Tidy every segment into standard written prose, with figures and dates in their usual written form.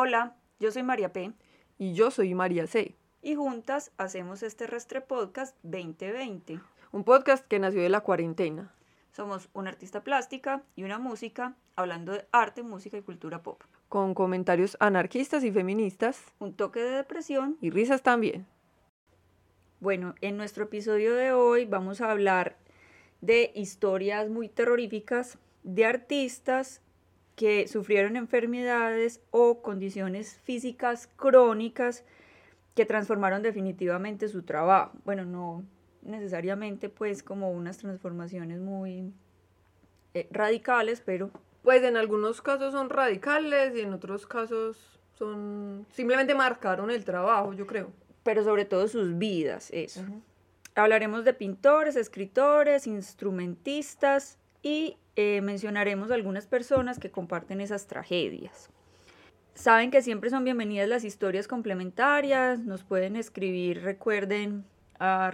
Hola, yo soy María P. Y yo soy María C. Y juntas hacemos este Restre Podcast 2020. Un podcast que nació de la cuarentena. Somos una artista plástica y una música hablando de arte, música y cultura pop. Con comentarios anarquistas y feministas. Un toque de depresión. Y risas también. Bueno, en nuestro episodio de hoy vamos a hablar de historias muy terroríficas de artistas que sufrieron enfermedades o condiciones físicas crónicas que transformaron definitivamente su trabajo. Bueno, no necesariamente pues como unas transformaciones muy radicales, pero... Pues en algunos casos son radicales y en otros casos son... simplemente marcaron el trabajo, yo creo. Pero sobre todo sus vidas, eso. Uh-huh. Hablaremos de pintores, escritores, instrumentistas y mencionaremos algunas personas que comparten esas tragedias. Saben que siempre son bienvenidas las historias complementarias, nos pueden escribir, recuerden, a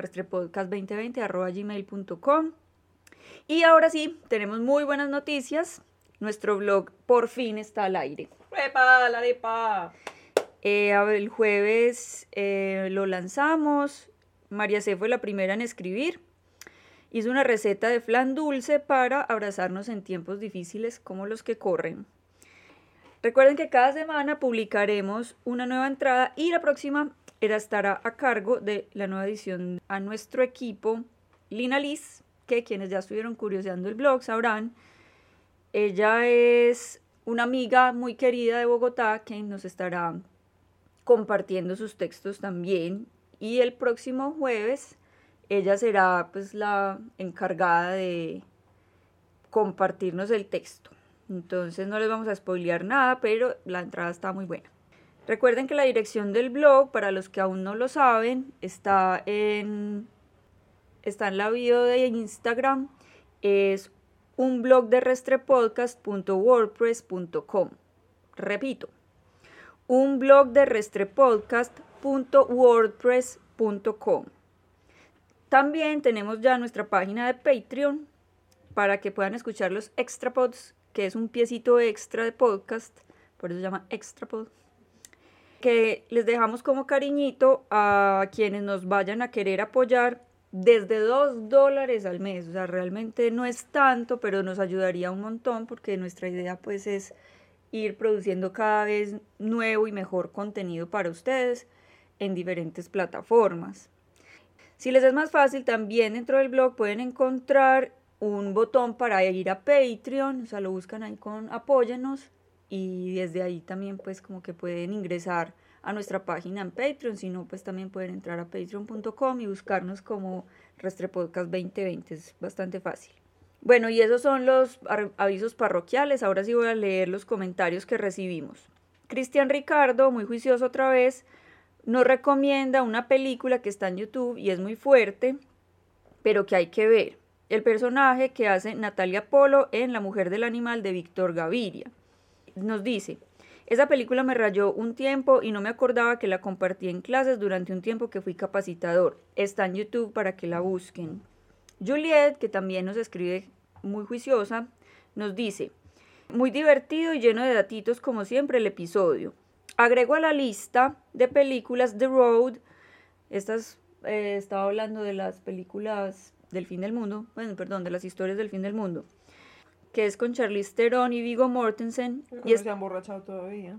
restrepodcast2020@gmail.com. Y ahora sí, tenemos muy buenas noticias, nuestro blog por fin está al aire. ¡Epa, la depa! El jueves lo lanzamos, María C. fue la primera en escribir. Hizo una receta de flan dulce para abrazarnos en tiempos difíciles como los que corren. Recuerden que cada semana publicaremos una nueva entrada y la próxima estará a cargo de la nueva edición a nuestro equipo, Lina Liz, que quienes ya estuvieron curioseando el blog sabrán. Ella es una amiga muy querida de Bogotá que nos estará compartiendo sus textos también. Y el próximo jueves ella será pues la encargada de compartirnos el texto. Entonces no les vamos a spoilear nada, pero la entrada está muy buena. Recuerden que la dirección del blog, para los que aún no lo saben, está en la bio de Instagram. Es un blog de restrepodcast.wordpress.com. Repito, un blog de restrepodcast.wordpress.com. También tenemos ya nuestra página de Patreon para que puedan escuchar los extra pods, que es un piecito extra de podcast, por eso se llama extra pod, que les dejamos como cariñito a quienes nos vayan a querer apoyar desde $2 al mes. O sea, realmente no es tanto, pero nos ayudaría un montón porque nuestra idea pues es ir produciendo cada vez nuevo y mejor contenido para ustedes en diferentes plataformas. Si les es más fácil, también dentro del blog pueden encontrar un botón para ir a Patreon, o sea, lo buscan ahí con Apóyenos y desde ahí también pues como que pueden ingresar a nuestra página en Patreon, si no pues también pueden entrar a patreon.com y buscarnos como Restrepodcast 2020, es bastante fácil. Bueno, y esos son los avisos parroquiales, ahora sí voy a leer los comentarios que recibimos. Cristian Ricardo, muy juicioso otra vez, nos recomienda una película que está en YouTube y es muy fuerte, pero que hay que ver. El personaje que hace Natalia Polo en La mujer del animal de Víctor Gaviria. Nos dice, esa película me rayó un tiempo y no me acordaba que la compartí en clases durante un tiempo que fui capacitador. Está en YouTube para que la busquen. Juliet, que también nos escribe muy juiciosa, nos dice, muy divertido y lleno de datitos como siempre el episodio. Agrego a la lista de películas The Road, estaba hablando de las películas del fin del mundo, de las historias del fin del mundo, que es con Charlize Theron y Viggo Mortensen. Y se han emborrachado todavía.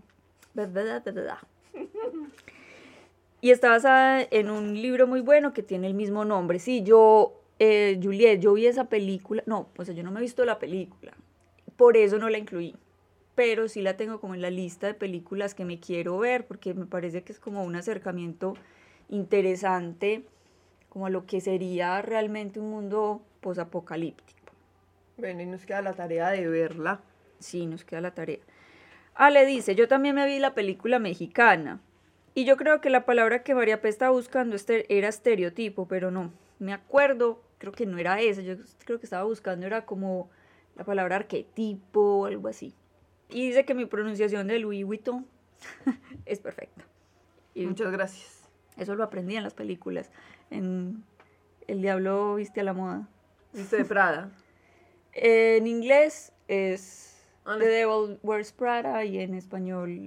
Y está basada en un libro muy bueno que tiene el mismo nombre. Sí, Juliet, yo vi esa película, yo no me he visto la película, por eso no la incluí. Pero sí la tengo como en la lista de películas que me quiero ver, porque me parece que es como un acercamiento interesante como a lo que sería realmente un mundo posapocalíptico. Bueno, y nos queda la tarea de verla. Sí, nos queda la tarea. Ale dice, yo también me vi la película mexicana, y yo creo que la palabra que María P. estaba buscando era estereotipo, pero no, me acuerdo, creo que no era esa, yo creo que estaba buscando, era como la palabra arquetipo o algo así. Y dice que mi pronunciación de Louis Vuitton es perfecta. Y muchas gracias. Eso lo aprendí en las películas. En El Diablo Viste a la Moda. Viste de Prada. En inglés es The Devil Wears Prada y en español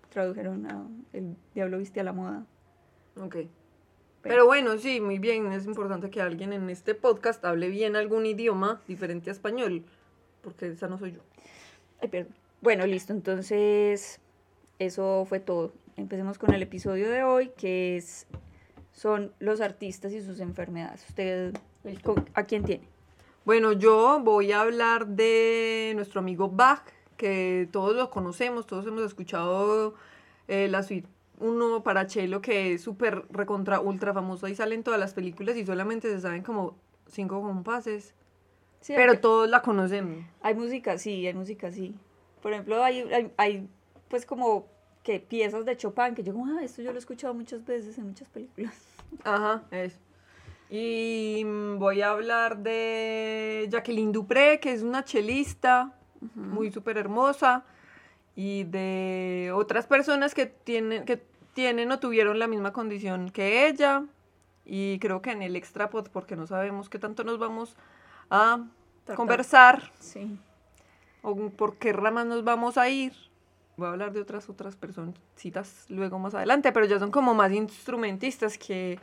tradujeron a El Diablo Viste a la Moda. Ok. Pero bueno, sí, muy bien. Es importante que alguien en este podcast hable bien algún idioma diferente a español, porque esa no soy yo. Ay, perdón. Bueno, listo. Entonces, eso fue todo. Empecemos con el episodio de hoy, que son los artistas y sus enfermedades. ¿Usted a quién tiene? Bueno, yo voy a hablar de nuestro amigo Bach, que todos lo conocemos, todos hemos escuchado la suite 1 para cello, que es súper recontra ultra famosa y sale en todas las películas y solamente se saben como 5 compases. Sí, pero todos la conocen. Hay música, sí. Por ejemplo, hay pues como que piezas de Chopin que yo como, esto yo lo he escuchado muchas veces en muchas películas. Ajá, eso. Y voy a hablar de Jacqueline Dupré, que es una chelista muy súper hermosa, y de otras personas que tienen o tuvieron la misma condición que ella. Y creo que en el extra pod, porque no sabemos qué tanto nos vamos a conversar, sí, o por qué ramas nos vamos a ir. Voy a hablar de otras personcitas luego más adelante, pero ya son como más instrumentistas que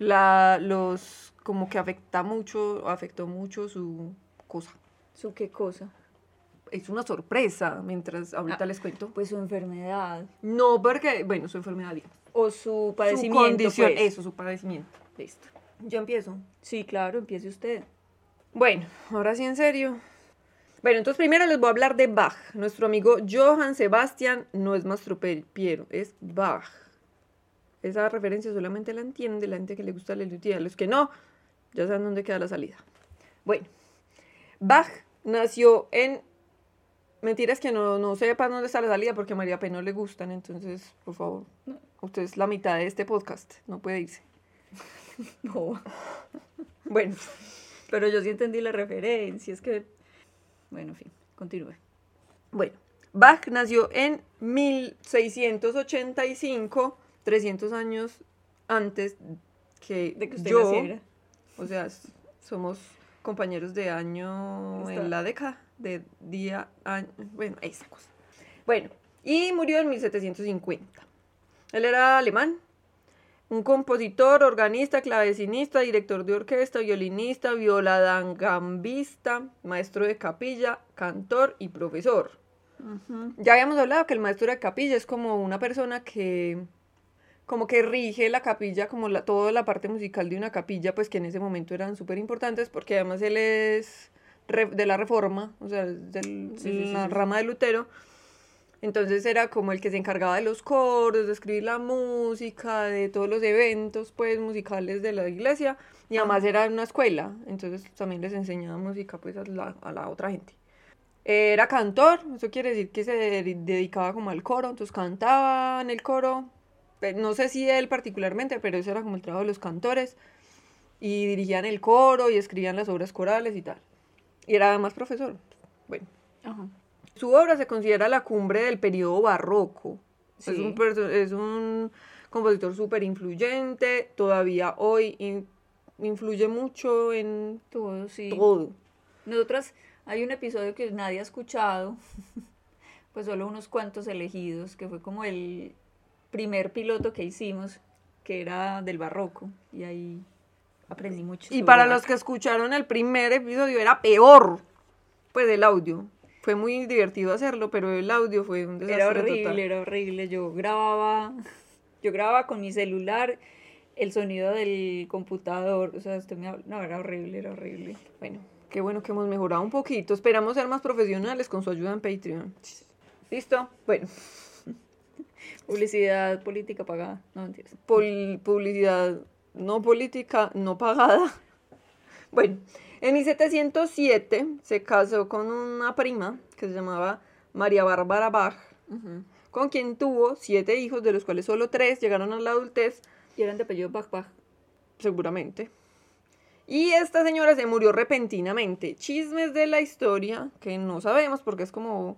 como que afectó mucho su cosa. ¿Su qué cosa? Es una sorpresa, mientras ahorita les cuento. Pues su enfermedad. No, porque, bueno, su enfermedad, digamos. O su padecimiento. Su condición, pues. Eso, su padecimiento. Listo. ¿Yo empiezo? Sí, claro, empiece usted. Bueno, ahora sí en serio. Bueno, entonces primero les voy a hablar de Bach. Nuestro amigo Johann Sebastian no es Mastropiero, es Bach. Esa referencia solamente la entiende la gente que le gusta la luthier. Los que no, ya saben dónde queda la salida. Bueno, Bach nació en... Mentiras que no sepan dónde está la salida porque a María P no le gustan. Entonces, por favor, usted es la mitad de este podcast. No puede irse. No. Bueno. Pero yo sí entendí la referencia. Es que... Bueno, en fin, continúe. Bueno, Bach nació en 1685... 300 años antes de que usted yo naciera. O sea, somos compañeros de año en la década, de día, año, bueno, esa cosa. Bueno, y murió en 1750. Él era alemán, un compositor, organista, clavecinista, director de orquesta, violinista, violadangambista, maestro de capilla, cantor y profesor. Uh-huh. Ya habíamos hablado que el maestro de capilla es como una persona que como que rige la capilla, como toda la parte musical de una capilla, pues que en ese momento eran súper importantes, porque además él es de la Reforma, o sea, de la rama de Lutero. Entonces era como el que se encargaba de los coros, de escribir la música, de todos los eventos, pues, musicales de la iglesia, y además era una escuela, entonces también les enseñaba música, pues, a la otra gente. Era cantor, eso quiere decir que se dedicaba como al coro, entonces cantaba en el coro. No sé si él particularmente, pero eso era como el trabajo de los cantores. Y dirigían el coro y escribían las obras corales y tal. Y era además profesor. Bueno. Ajá. Su obra se considera la cumbre del periodo barroco. Sí. Es un compositor súper influyente. Todavía hoy influye mucho en todo, sí. Todo. Nosotras, hay un episodio que nadie ha escuchado. Pues solo unos cuantos elegidos, que fue como el primer piloto que hicimos, que era del barroco, y ahí aprendí mucho. Y para los que escucharon el primer episodio era peor, pues el audio. Fue muy divertido hacerlo, pero el audio fue un desastre total. Era horrible. Yo grababa con mi celular el sonido del computador, o sea, no, era horrible. Bueno, qué bueno que hemos mejorado un poquito. Esperamos ser más profesionales con su ayuda en Patreon. ¿Listo? Bueno. Publicidad política pagada. No, mentiras. Publicidad no política, no pagada. Bueno, en 1707 se casó con una prima que se llamaba María Bárbara Bach, uh-huh, con quien tuvo 7 hijos, de los cuales solo 3 llegaron a la adultez. ¿Y eran de apellido Bach? Seguramente. Y esta señora se murió repentinamente. Chismes de la historia que no sabemos porque es como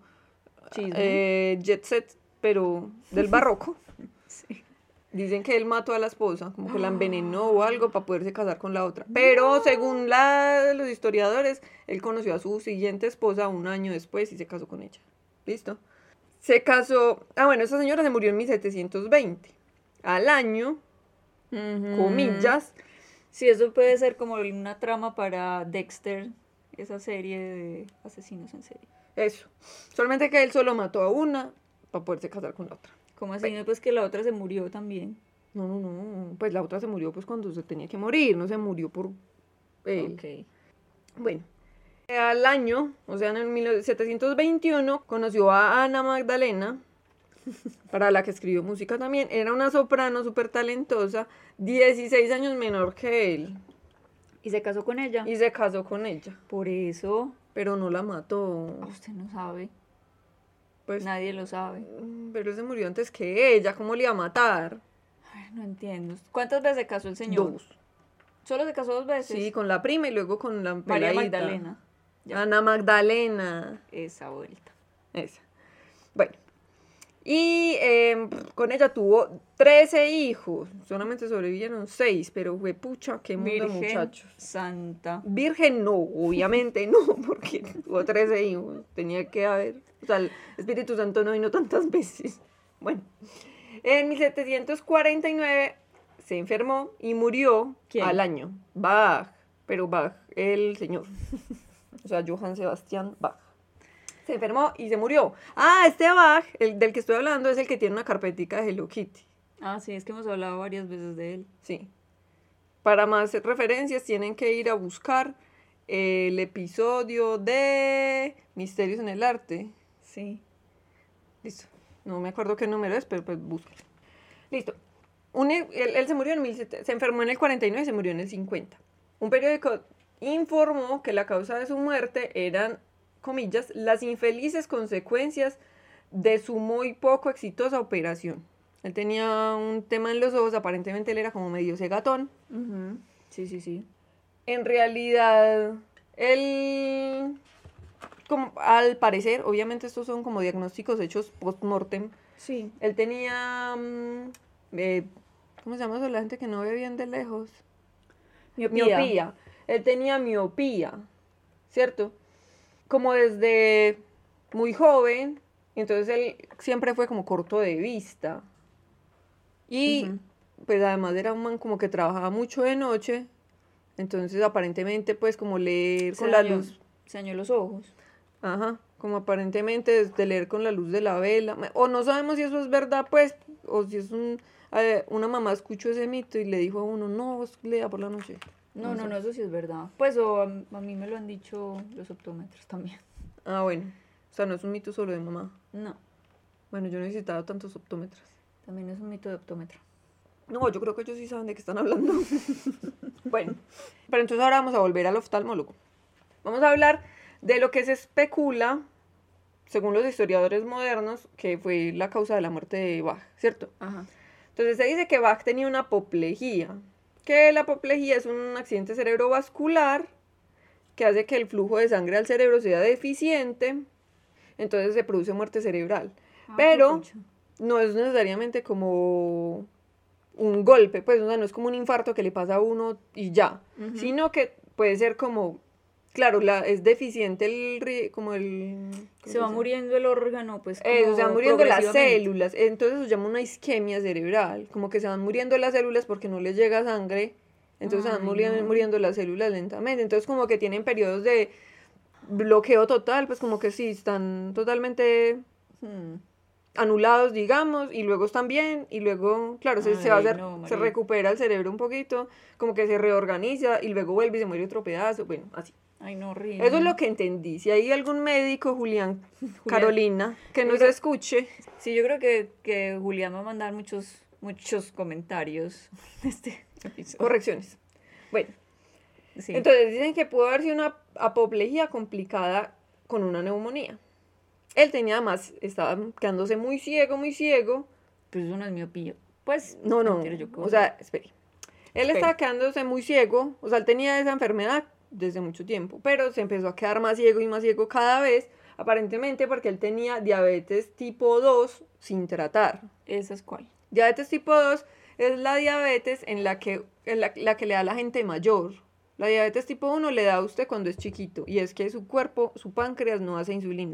jet set, pero del barroco. Sí. Dicen que él mató a la esposa, como que la envenenó o algo para poderse casar con la otra. Pero según los historiadores, él conoció a su siguiente esposa un año después y se casó con ella. ¿Listo? Se casó, bueno, esta señora se murió en 1720. Al año, comillas. Sí, eso puede ser como una trama para Dexter, esa serie de asesinos en serie. Eso. Solamente que él solo mató a una para poderse casar con la otra. ¿Cómo así? No, pues que la otra se murió también. No. Pues la otra se murió pues cuando se tenía que morir, no se murió por él. Ok. Bueno. Al año, o sea, en el 1721, conoció a Ana Magdalena, para la que escribió música también. Era una soprano súper talentosa, 16 años menor que él. ¿Y se casó con ella? Y se casó con ella. Por eso. Pero no la mató. Usted no sabe. Pues, nadie lo sabe. Pero él se murió antes que ella. ¿Cómo le iba a matar? Ay, no entiendo. ¿Cuántas veces se casó el señor? 2. ¿Solo se casó 2 veces? Sí, con la prima y luego con la María peladita. Magdalena. Ya. Ana Magdalena. Esa vuelta. Esa. Bueno. Y con ella tuvo 13 hijos. Solamente sobrevivieron 6, pero fue pucha, qué mundo, Virgen muchachos. Santa. Virgen no, obviamente no, porque tuvo 13 hijos. Tenía que haber. O sea, el Espíritu Santo no vino tantas veces. Bueno. En 1749 se enfermó y murió. ¿Quién? Al año. Bach. Pero Bach, el señor. O sea, Johann Sebastian Bach. Se enfermó y se murió. Este Bach, el del que estoy hablando, es el que tiene una carpetica de Hello Kitty. Sí, es que hemos hablado varias veces de él. Sí. Para más referencias tienen que ir a buscar el episodio de Misterios en el Arte. Sí. Listo. No me acuerdo qué número es, pero pues busquen. Listo. Él se murió se enfermó en el 49 y se murió en el 50. Un periódico informó que la causa de su muerte eran, comillas, las infelices consecuencias de su muy poco exitosa operación. Él tenía un tema en los ojos, aparentemente él era como medio cegatón. Uh-huh. Sí. En realidad, él, como, al parecer, obviamente estos son como diagnósticos hechos post-mortem. Sí. Él tenía, ¿cómo se llama eso? La gente que no ve bien de lejos. Miopía. Él tenía miopía, ¿cierto? Como desde muy joven, entonces él siempre fue como corto de vista. Y pues además era un man como que trabajaba mucho de noche, entonces aparentemente pues como leer con la luz. Se dañó los ojos. Ajá, como aparentemente de leer con la luz de la vela. O no sabemos si eso es verdad pues, o si es una mamá escuchó ese mito y le dijo a uno, no, lea por la noche. No, eso sí es verdad. Pues a mí me lo han dicho los optómetros también. Bueno. O sea, no es un mito solo de mamá. No. Bueno, yo no he necesitado tantos optómetros. También es un mito de optómetro. No, yo creo que ellos sí saben de qué están hablando. Bueno, pero entonces ahora vamos a volver al oftalmólogo. Vamos a hablar de lo que se especula, según los historiadores modernos, que fue la causa de la muerte de Bach, ¿cierto? Ajá. Entonces se dice que Bach tenía una apoplejía. Que la apoplejía es un accidente cerebrovascular que hace que el flujo de sangre al cerebro sea deficiente, entonces se produce muerte cerebral. Pero no es necesariamente como un golpe, pues, o sea, no es como un infarto que le pasa a uno y ya, sino que puede ser como, claro, es deficiente se va muriendo el órgano, pues, se van muriendo las células, entonces se llama una isquemia cerebral, como que se van muriendo las células porque no les llega sangre, entonces se van muriendo las células lentamente, entonces como que tienen periodos de bloqueo total, pues como que sí, están totalmente anulados, digamos, y luego están bien, y luego, claro, se va a hacer, se recupera el cerebro un poquito, como que se reorganiza, y luego vuelve y se muere otro pedazo, bueno, así. Ay, no, horrible. Eso es lo que entendí. Si hay algún médico, Julián. Carolina, que nos escuche. Sí, yo creo que Julián va a mandar muchos comentarios de este episodio. Correcciones. Bueno, sí. Entonces dicen que pudo haber sido una apoplejía complicada con una neumonía. Él tenía además, estaba quedándose muy ciego. Pues eso no es miopía. Pues, no. O sea, espere. Él estaba quedándose muy ciego, o sea, él tenía esa enfermedad desde mucho tiempo, pero se empezó a quedar más ciego cada vez, aparentemente porque él tenía diabetes tipo 2 sin tratar. ¿Esa es cuál? Diabetes tipo 2 es la diabetes en la que le da a la gente mayor. La diabetes tipo 1 le da a usted cuando es chiquito, y es que su cuerpo, su páncreas no hace insulina.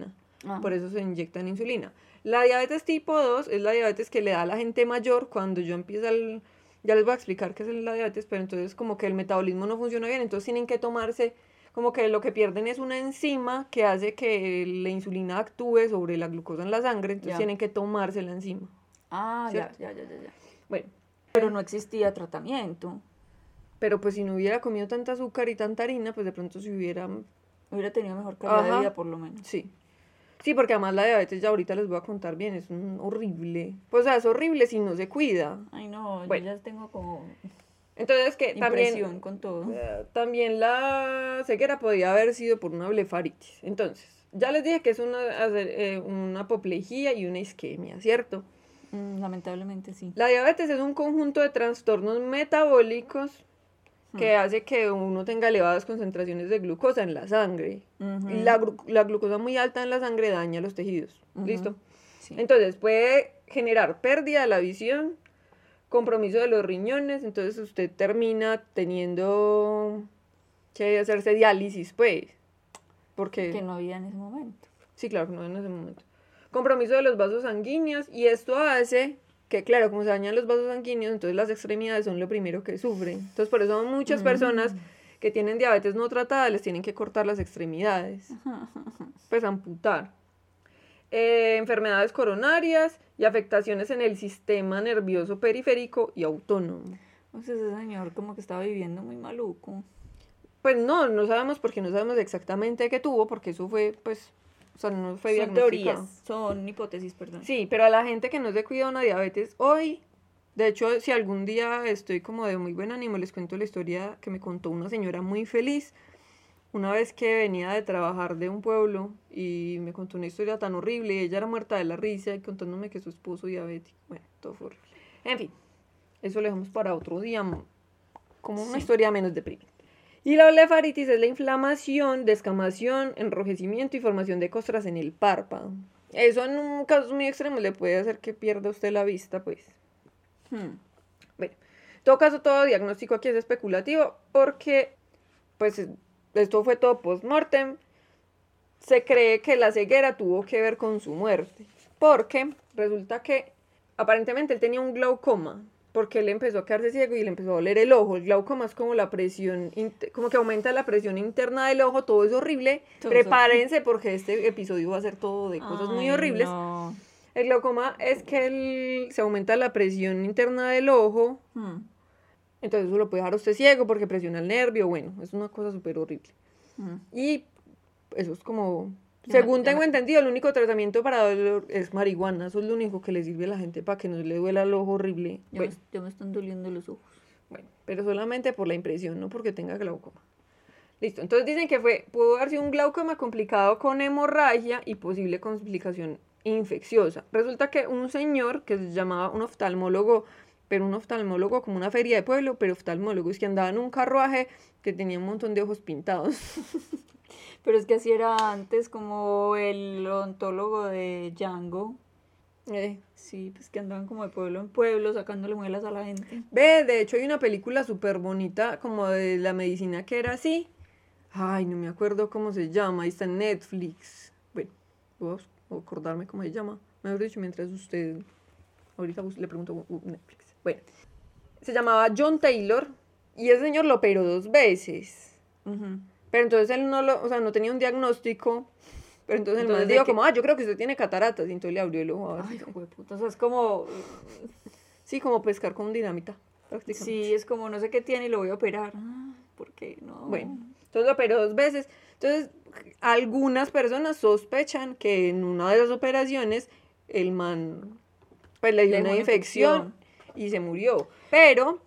Por eso se inyectan insulina. La diabetes tipo 2 es la diabetes que le da a la gente mayor cuando yo empiezo ya les voy a explicar qué es la diabetes, pero entonces como que el metabolismo no funciona bien, entonces tienen que tomarse, como que lo que pierden es una enzima que hace que la insulina actúe sobre la glucosa en la sangre, entonces tienen que tomarse la enzima. Ya. Bueno. Pero no existía tratamiento. Pero pues si no hubiera comido tanta azúcar y tanta harina, pues de pronto si hubiera tenido mejor calidad de vida por lo menos. Sí. Sí, porque además la diabetes ya ahorita les voy a contar bien, es horrible. Pues o sea, es horrible si no se cuida. Ay no, yo ya tengo como entonces que impresión con todo. También la ceguera podía haber sido por una blefaritis. Entonces, ya les dije que es una apoplejía y una isquemia, ¿cierto? Lamentablemente sí. La diabetes es un conjunto de trastornos metabólicos que hace que uno tenga elevadas concentraciones de glucosa en la sangre. Y la glucosa muy alta en la sangre daña los tejidos. ¿Listo? Sí. Entonces puede generar pérdida de la visión, compromiso de los riñones, entonces usted termina teniendo que hacerse diálisis, pues. Que no había en ese momento. Sí, claro, que no había en ese momento. Compromiso de los vasos sanguíneos, y esto hace que, claro, como se dañan los vasos sanguíneos, entonces las extremidades son lo primero que sufren. Entonces, por eso muchas personas que tienen diabetes no tratada les tienen que cortar las extremidades, pues amputar. Enfermedades coronarias y afectaciones en el sistema nervioso periférico y autónomo. O sea, ese señor como que estaba viviendo muy maluco. Pues no sabemos porque no sabemos exactamente qué tuvo, porque eso fue, pues, o sea, no fue diagnosticado. Teorías, son hipótesis, perdón. Sí, pero a la gente que no se cuida una diabetes hoy, de hecho, si algún día estoy como de muy buen ánimo, les cuento la historia que me contó una señora muy feliz, una vez que venía de trabajar de un pueblo y me contó una historia tan horrible, y ella era muerta de la risa y contándome que su esposo diabético, bueno, todo fue horrible. En fin, eso lo dejamos para otro día, como una historia menos deprimente. Y la blefaritis es la inflamación, descamación, enrojecimiento y formación de costras en el párpado. Eso en un caso muy extremo le puede hacer que pierda usted la vista, pues. Bueno, en todo caso, todo diagnóstico aquí es especulativo porque, pues, esto fue todo post-mortem. Se cree que la ceguera tuvo que ver con su muerte, porque resulta que aparentemente él tenía un glaucoma, porque él empezó a quedarse ciego y le empezó a doler el ojo. El glaucoma es como la presión, como que aumenta la presión interna del ojo, todo es horrible. Prepárense porque este episodio va a ser todo de cosas muy horribles. No. El glaucoma es que se aumenta la presión interna del ojo, entonces eso lo puede dejar usted ciego porque presiona el nervio, bueno, es una cosa súper horrible. Y eso es como... Según tengo entendido, el único tratamiento para dolor es marihuana. Eso es lo único que le sirve a la gente para que no le duela el ojo horrible. Ya me están doliendo los ojos. Bueno, pero solamente por la impresión, no porque tenga glaucoma. Listo, entonces dicen que pudo haber sido un glaucoma complicado con hemorragia y posible complicación infecciosa. Resulta que un señor que se llamaba un oftalmólogo, pero un oftalmólogo como una feria de pueblo, pero oftalmólogo, es que andaba en un carruaje que tenía un montón de ojos pintados. Pero es que así era antes, como el odontólogo de Django. Sí, pues que andaban como de pueblo en pueblo sacándole muelas a la gente. De hecho hay una película súper bonita como de la medicina que era así. Ay, no me acuerdo cómo se llama, ahí está en Netflix. Bueno, voy a acordarme cómo se llama. Mejor dicho, mientras usted... Ahorita le pregunto Netflix. Bueno, se llamaba John Taylor y ese señor lo operó 2 veces. Pero entonces él no tenía un diagnóstico, pero entonces el man dijo como, yo creo que usted tiene cataratas, y entonces le abrió el ojo. Ay, hijo de puta, o sea, es como... Sí, como pescar con dinamita, prácticamente. Sí, es como, no sé qué tiene y lo voy a operar. ¿Por qué no? Bueno, entonces lo operó 2 veces. Entonces, algunas personas sospechan que en una de las operaciones el man, pues le dio una infección y se murió. Pero...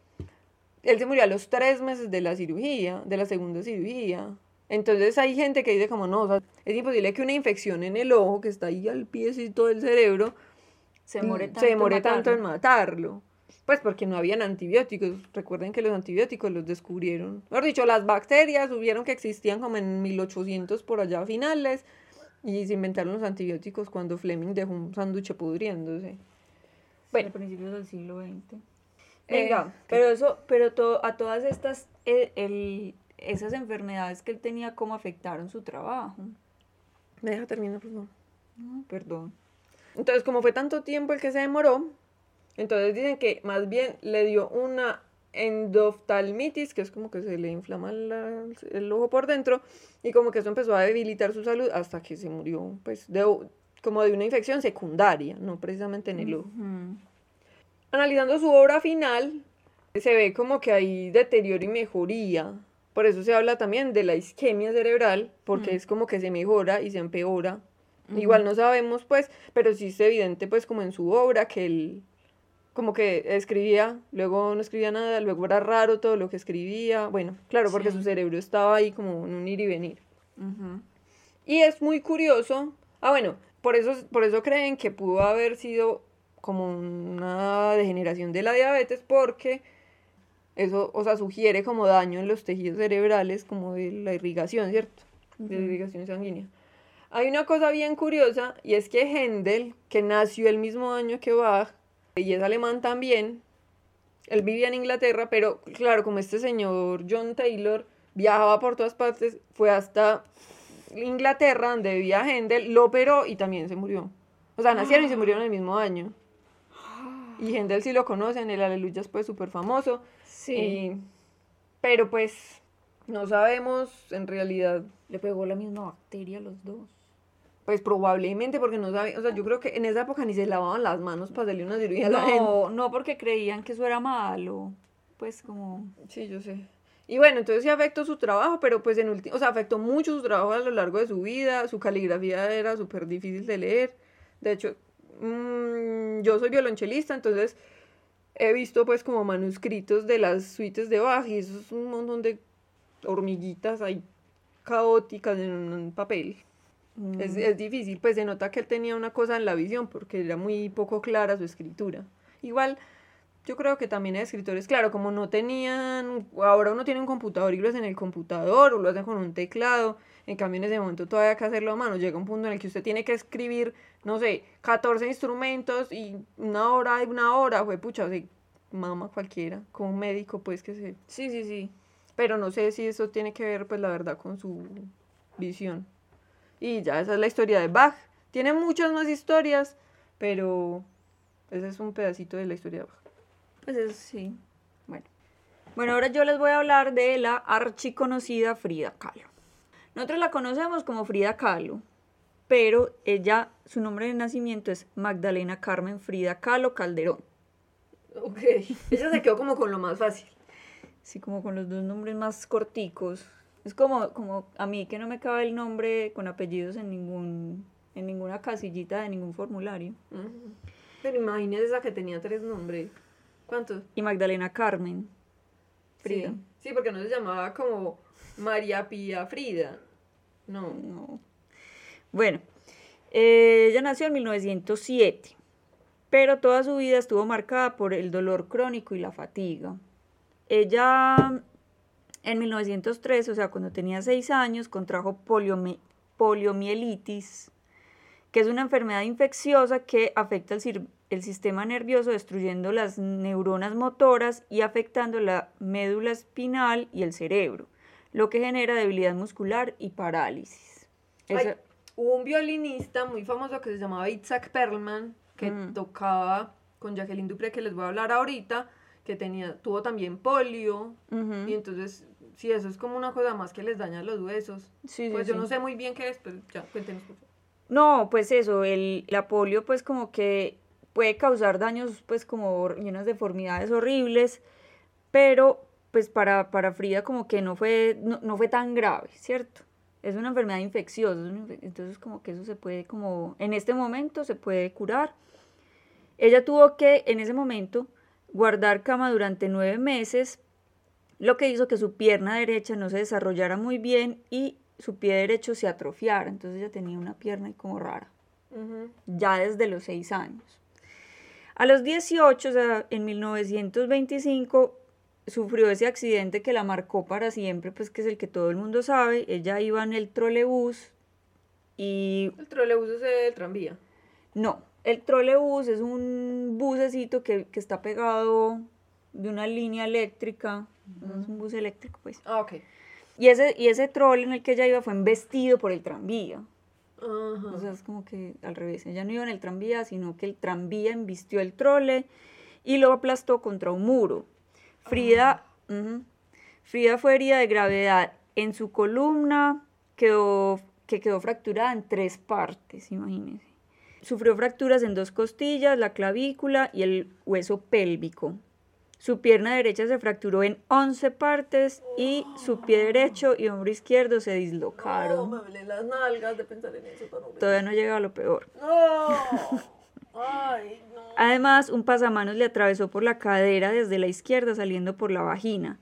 él se murió a los 3 meses de la cirugía, de la segunda cirugía. Entonces hay gente que dice como no, o sea, es imposible que una infección en el ojo, que está ahí al piecito del cerebro, se demore tanto en matarlo. Pues porque no habían antibióticos. Recuerden que los antibióticos los descubrieron. Mejor dicho, las bacterias hubieron que existían como en 1800 por allá a finales, y se inventaron los antibióticos cuando Fleming dejó un sándwich pudriéndose. Bueno, a principios del siglo XX. Venga, pero a todas estas, esas enfermedades que él tenía, ¿cómo afectaron su trabajo? ¿Me deja terminar, por favor? No, perdón. Entonces, como fue tanto tiempo el que se demoró, entonces dicen que más bien le dio una endoftalmitis, que es como que se le inflama el ojo por dentro, y como que eso empezó a debilitar su salud hasta que se murió, pues, como de una infección secundaria, no precisamente en el ojo. Analizando su obra final, se ve como que hay deterioro y mejoría. Por eso se habla también de la isquemia cerebral, porque es como que se mejora y se empeora. Igual no sabemos, pues, pero sí es evidente, pues, como en su obra, que él como que escribía, luego no escribía nada, luego era raro todo lo que escribía. Bueno, claro, porque su cerebro estaba ahí como en un ir y venir. Y es muy curioso. Bueno, por eso creen que pudo haber sido como una degeneración de la diabetes, porque eso, o sea, sugiere como daño en los tejidos cerebrales, como de la irrigación, ¿cierto? De la irrigación sanguínea. Hay una cosa bien curiosa, y es que Händel, que nació el mismo año que Bach, y es alemán también, él vivía en Inglaterra, pero claro, como este señor John Taylor viajaba por todas partes, fue hasta Inglaterra, donde vivía Händel, lo operó y también se murió. O sea, nacieron y se murieron el mismo año. Y Händel sí lo conocen, el Aleluya es pues súper famoso. Sí. Pero pues no sabemos en realidad. Le pegó la misma bacteria a los dos. Pues probablemente porque no sabía, o sea, yo creo que en esa época ni se lavaban las manos para hacerle una cirugía a la gente. No, porque creían que eso era malo. Pues como... Sí, yo sé. Y bueno, entonces sí afectó su trabajo, pero pues o sea, afectó mucho su trabajo a lo largo de su vida. Su caligrafía era súper difícil de leer. De hecho, yo soy violonchelista, entonces he visto pues como manuscritos de las suites de Bach y eso es un montón de hormiguitas ahí caóticas en un papel. Es difícil, pues se nota que él tenía una cosa en la visión porque era muy poco clara su escritura. Igual, yo creo que también hay escritores, claro, como no tenían, ahora uno tiene un computador y lo hace en el computador o lo hace con un teclado, en cambio en ese momento todavía hay que hacerlo a mano, llega un punto en el que usted tiene que escribir, no sé, 14 instrumentos y una hora, fue pucha, o sea, mama cualquiera, como un médico pues que se... Sí. Pero no sé si eso tiene que ver pues la verdad con su visión. Y ya, esa es la historia de Bach. Tiene muchas más historias, pero ese es un pedacito de la historia de Bach. Pues eso sí. Bueno, ahora yo les voy a hablar de la archiconocida Frida Kahlo. Nosotros la conocemos como Frida Kahlo, pero ella, su nombre de nacimiento es Magdalena Carmen Frida Kahlo Calderón. Ok, ella se quedó como con lo más fácil. Sí, como con los dos nombres más corticos. Es como a mí que no me cabe el nombre con apellidos en ninguna casillita de ningún formulario. Pero imagínese esa que tenía 3 nombres. ¿Cuántos? Y Magdalena Carmen Frida. Sí, porque no se llamaba como María Pía Frida. No. Bueno, ella nació en 1907, pero toda su vida estuvo marcada por el dolor crónico y la fatiga. Ella en 1903, o sea, cuando tenía 6 años, contrajo poliomielitis, que es una enfermedad infecciosa que afecta el sistema nervioso, destruyendo las neuronas motoras y afectando la médula espinal y el cerebro, lo que genera debilidad muscular y parálisis. Hubo un violinista muy famoso que se llamaba Itzhak Perlman, que tocaba con Jacqueline Dupré, que les voy a hablar ahorita, que tuvo también polio, y entonces, sí, eso es como una cosa más que les daña los huesos. Pues yo no sé muy bien qué es, pero ya, cuéntenos por favor. No, pues eso, la polio pues como que puede causar daños pues como y unas deformidades horribles, pero pues para Frida como que no fue tan grave, ¿cierto? Es una enfermedad infecciosa, entonces como que eso se puede como, en este momento se puede curar. Ella tuvo que en ese momento guardar cama durante 9 meses, lo que hizo que su pierna derecha no se desarrollara muy bien y su pie derecho se atrofiara, entonces ella tenía una pierna como rara, ya desde los 6 años. A los 18, o sea, en 1925, sufrió ese accidente que la marcó para siempre, pues que es el que todo el mundo sabe. Ella iba en el trolebús y... ¿El trolebús es el tranvía? No, el trolebús es un bucecito que está pegado de una línea eléctrica, es un bus eléctrico pues. Ah, ok. Y ese trole en el que ella iba fue embestido por el tranvía. Ajá. O sea, es como que al revés. Ella no iba en el tranvía, sino que el tranvía embistió el trole y lo aplastó contra un muro. Frida, Frida fue herida de gravedad en su columna, que quedó fracturada en 3 partes, imagínense. Sufrió fracturas en 2 costillas, la clavícula y el hueso pélvico. Su pierna derecha se fracturó en 11 partes y su pie derecho y hombro izquierdo se dislocaron. No, me duelen las nalgas de pensar en eso. Todavía no llega a lo peor. No. Ay, no. Además, un pasamanos le atravesó por la cadera desde la izquierda saliendo por la vagina.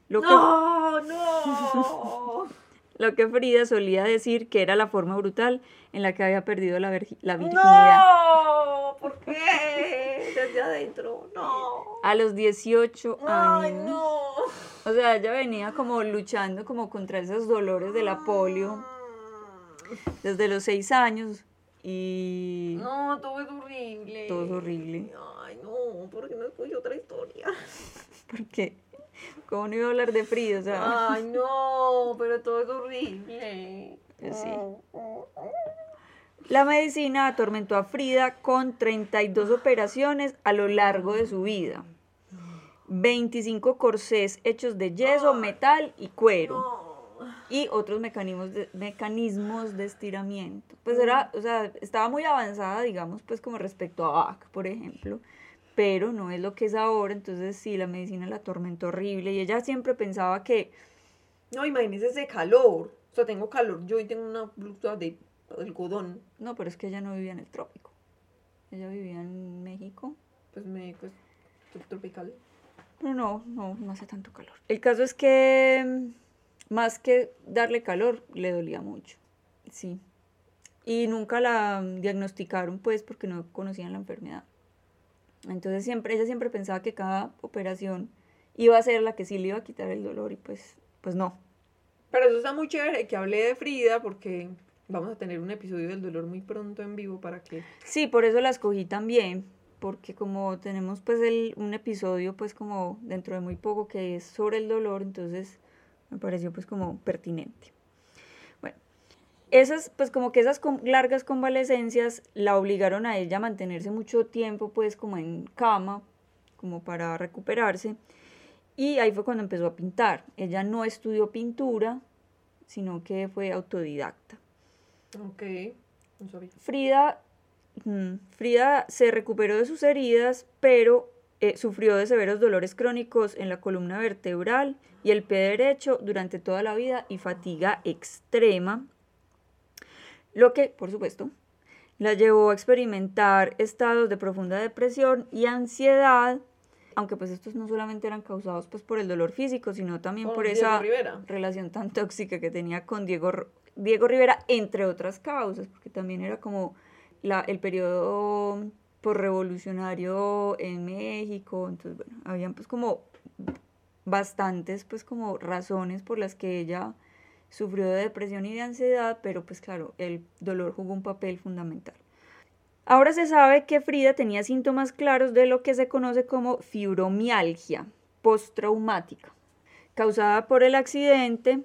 No. Lo que Frida solía decir que era la forma brutal en la que había perdido la virginidad. No, ¿por qué? Desde adentro, no. A los 18 años. Ay, no. O sea, ella venía como luchando como contra esos dolores de la polio desde los 6 años y... No, todo es horrible. Todo es horrible. Ay, no, ¿por qué no escucho otra historia? ¿Por qué? ¿Cómo no iba a hablar de Frida? O sea... Ay, no, pero todo es horrible. Sí. La medicina atormentó a Frida con 32 operaciones a lo largo de su vida. 25 corsés hechos de yeso, metal y cuero. Y otros mecanismos de estiramiento. Pues era, o sea, estaba muy avanzada, digamos, pues como respecto a Bach, por ejemplo. Pero no es lo que es ahora, entonces sí, la medicina la atormentó horrible. Y ella siempre pensaba que... No, imagínese ese calor. O sea, tengo calor yo y tengo una blusa de algodón. No, pero es que ella no vivía en el trópico. Ella vivía en México. Pues México es tropical. Pero no hace tanto calor. El caso es que más que darle calor, le dolía mucho. Sí. Y nunca la diagnosticaron, pues, porque no conocían la enfermedad. Entonces ella siempre pensaba que cada operación iba a ser la que sí le iba a quitar el dolor y pues no. Pero eso está muy chévere que hablé de Frida porque vamos a tener un episodio del dolor muy pronto en vivo para que... Sí, por eso la escogí también, porque como tenemos pues un episodio pues como dentro de muy poco que es sobre el dolor, entonces me pareció pues como pertinente. Bueno, esas largas convalecencias la obligaron a ella a mantenerse mucho tiempo pues como en cama, como para recuperarse, y ahí fue cuando empezó a pintar. Ella no estudió pintura, sino que fue autodidacta. Ok, no sabía. Frida se recuperó de sus heridas, pero sufrió de severos dolores crónicos en la columna vertebral y el pie derecho durante toda la vida y fatiga extrema, lo que, por supuesto, la llevó a experimentar estados de profunda depresión y ansiedad, aunque pues estos no solamente eran causados pues por el dolor físico, sino también por esa relación tan tóxica que tenía con Diego Rivera, entre otras causas, porque también era como el periodo posrevolucionario en México, entonces bueno, habían pues como bastantes pues como razones por las que ella sufrió de depresión y de ansiedad, pero pues claro, el dolor jugó un papel fundamental. Ahora se sabe que Frida tenía síntomas claros de lo que se conoce como fibromialgia postraumática, causada por el accidente.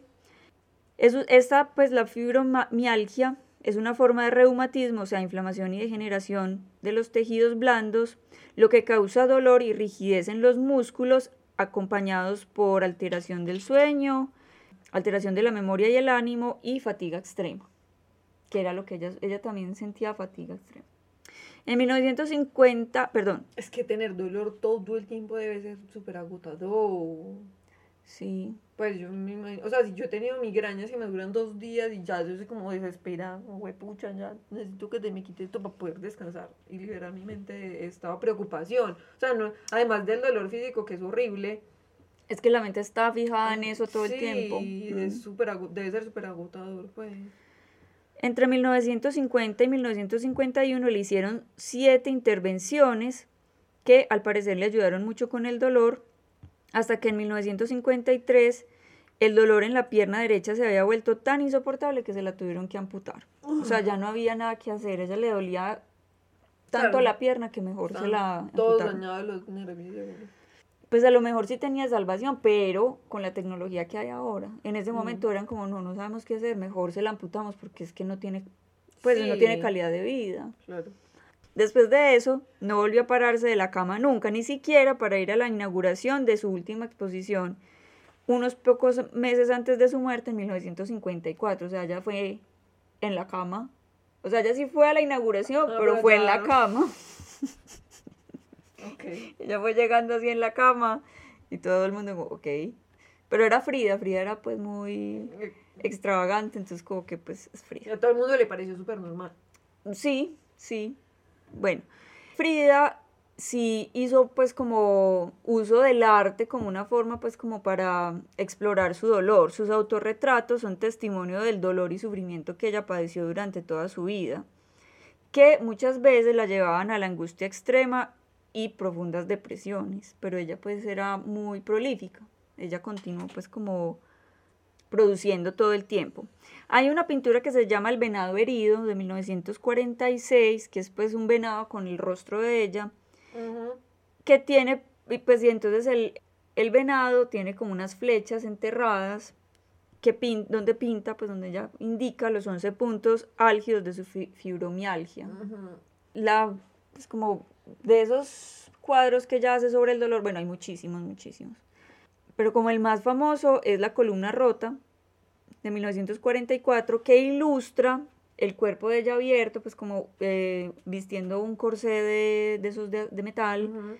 La fibromialgia es una forma de reumatismo, o sea, inflamación y degeneración de los tejidos blandos, lo que causa dolor y rigidez en los músculos, acompañados por alteración del sueño, alteración de la memoria y el ánimo y fatiga extrema, que era lo que ella también sentía, fatiga extrema. En 1950, Es que tener dolor todo el tiempo debe ser súper agotador. Sí. Pues yo me imagino, o sea, si yo he tenido migrañas que me duran 2 días y ya yo soy como desesperada, pucha, ya necesito que te me quite esto para poder descansar y liberar mi mente de esta preocupación. O sea, no, además del dolor físico que es horrible. Es que la mente está fijada en eso todo el tiempo. Sí, debe ser súper agotador, pues. Entre 1950 y 1951 le hicieron 7 intervenciones que al parecer le ayudaron mucho con el dolor, hasta que en 1953 el dolor en la pierna derecha se había vuelto tan insoportable que se la tuvieron que amputar. O sea, ya no había nada que hacer, a ella le dolía tanto la pierna que mejor se la amputaron. Todos dañados los nervios. Pues a lo mejor sí tenía salvación, pero con la tecnología que hay ahora, en ese momento eran como, no sabemos qué hacer, mejor se la amputamos porque es que no tiene pues Sí. no tiene calidad de vida. Claro. Después de eso, no volvió a pararse de la cama nunca, ni siquiera para ir a la inauguración de su última exposición, unos pocos meses antes de su muerte en 1954. O sea, ella fue en la cama. O sea, ella sí fue a la inauguración, pero fue en la cama. Okay. Ella fue llegando así en la cama y todo el mundo como, ok. Pero era Frida era pues muy extravagante, entonces como que pues es Frida. A todo el mundo le pareció súper normal. Sí, sí. Bueno, Frida sí hizo pues como uso del arte como una forma pues como para explorar su dolor. Sus autorretratos son testimonio del dolor y sufrimiento que ella padeció durante toda su vida, que muchas veces la llevaban a la angustia extrema y profundas depresiones, pero ella pues era muy prolífica. Ella continuó pues como produciendo todo el tiempo. Hay una pintura que se llama El venado herido de 1946, que es pues un venado con el rostro de ella, que tiene, pues y entonces el venado tiene como unas flechas enterradas donde pinta, pues donde ella indica los 11 puntos álgidos de su fibromialgia. Pues como de esos cuadros que ella hace sobre el dolor, bueno, hay muchísimos, muchísimos. Pero como el más famoso es La columna rota, de 1944, que ilustra el cuerpo de ella abierto, pues como vistiendo un corsé de esos de metal,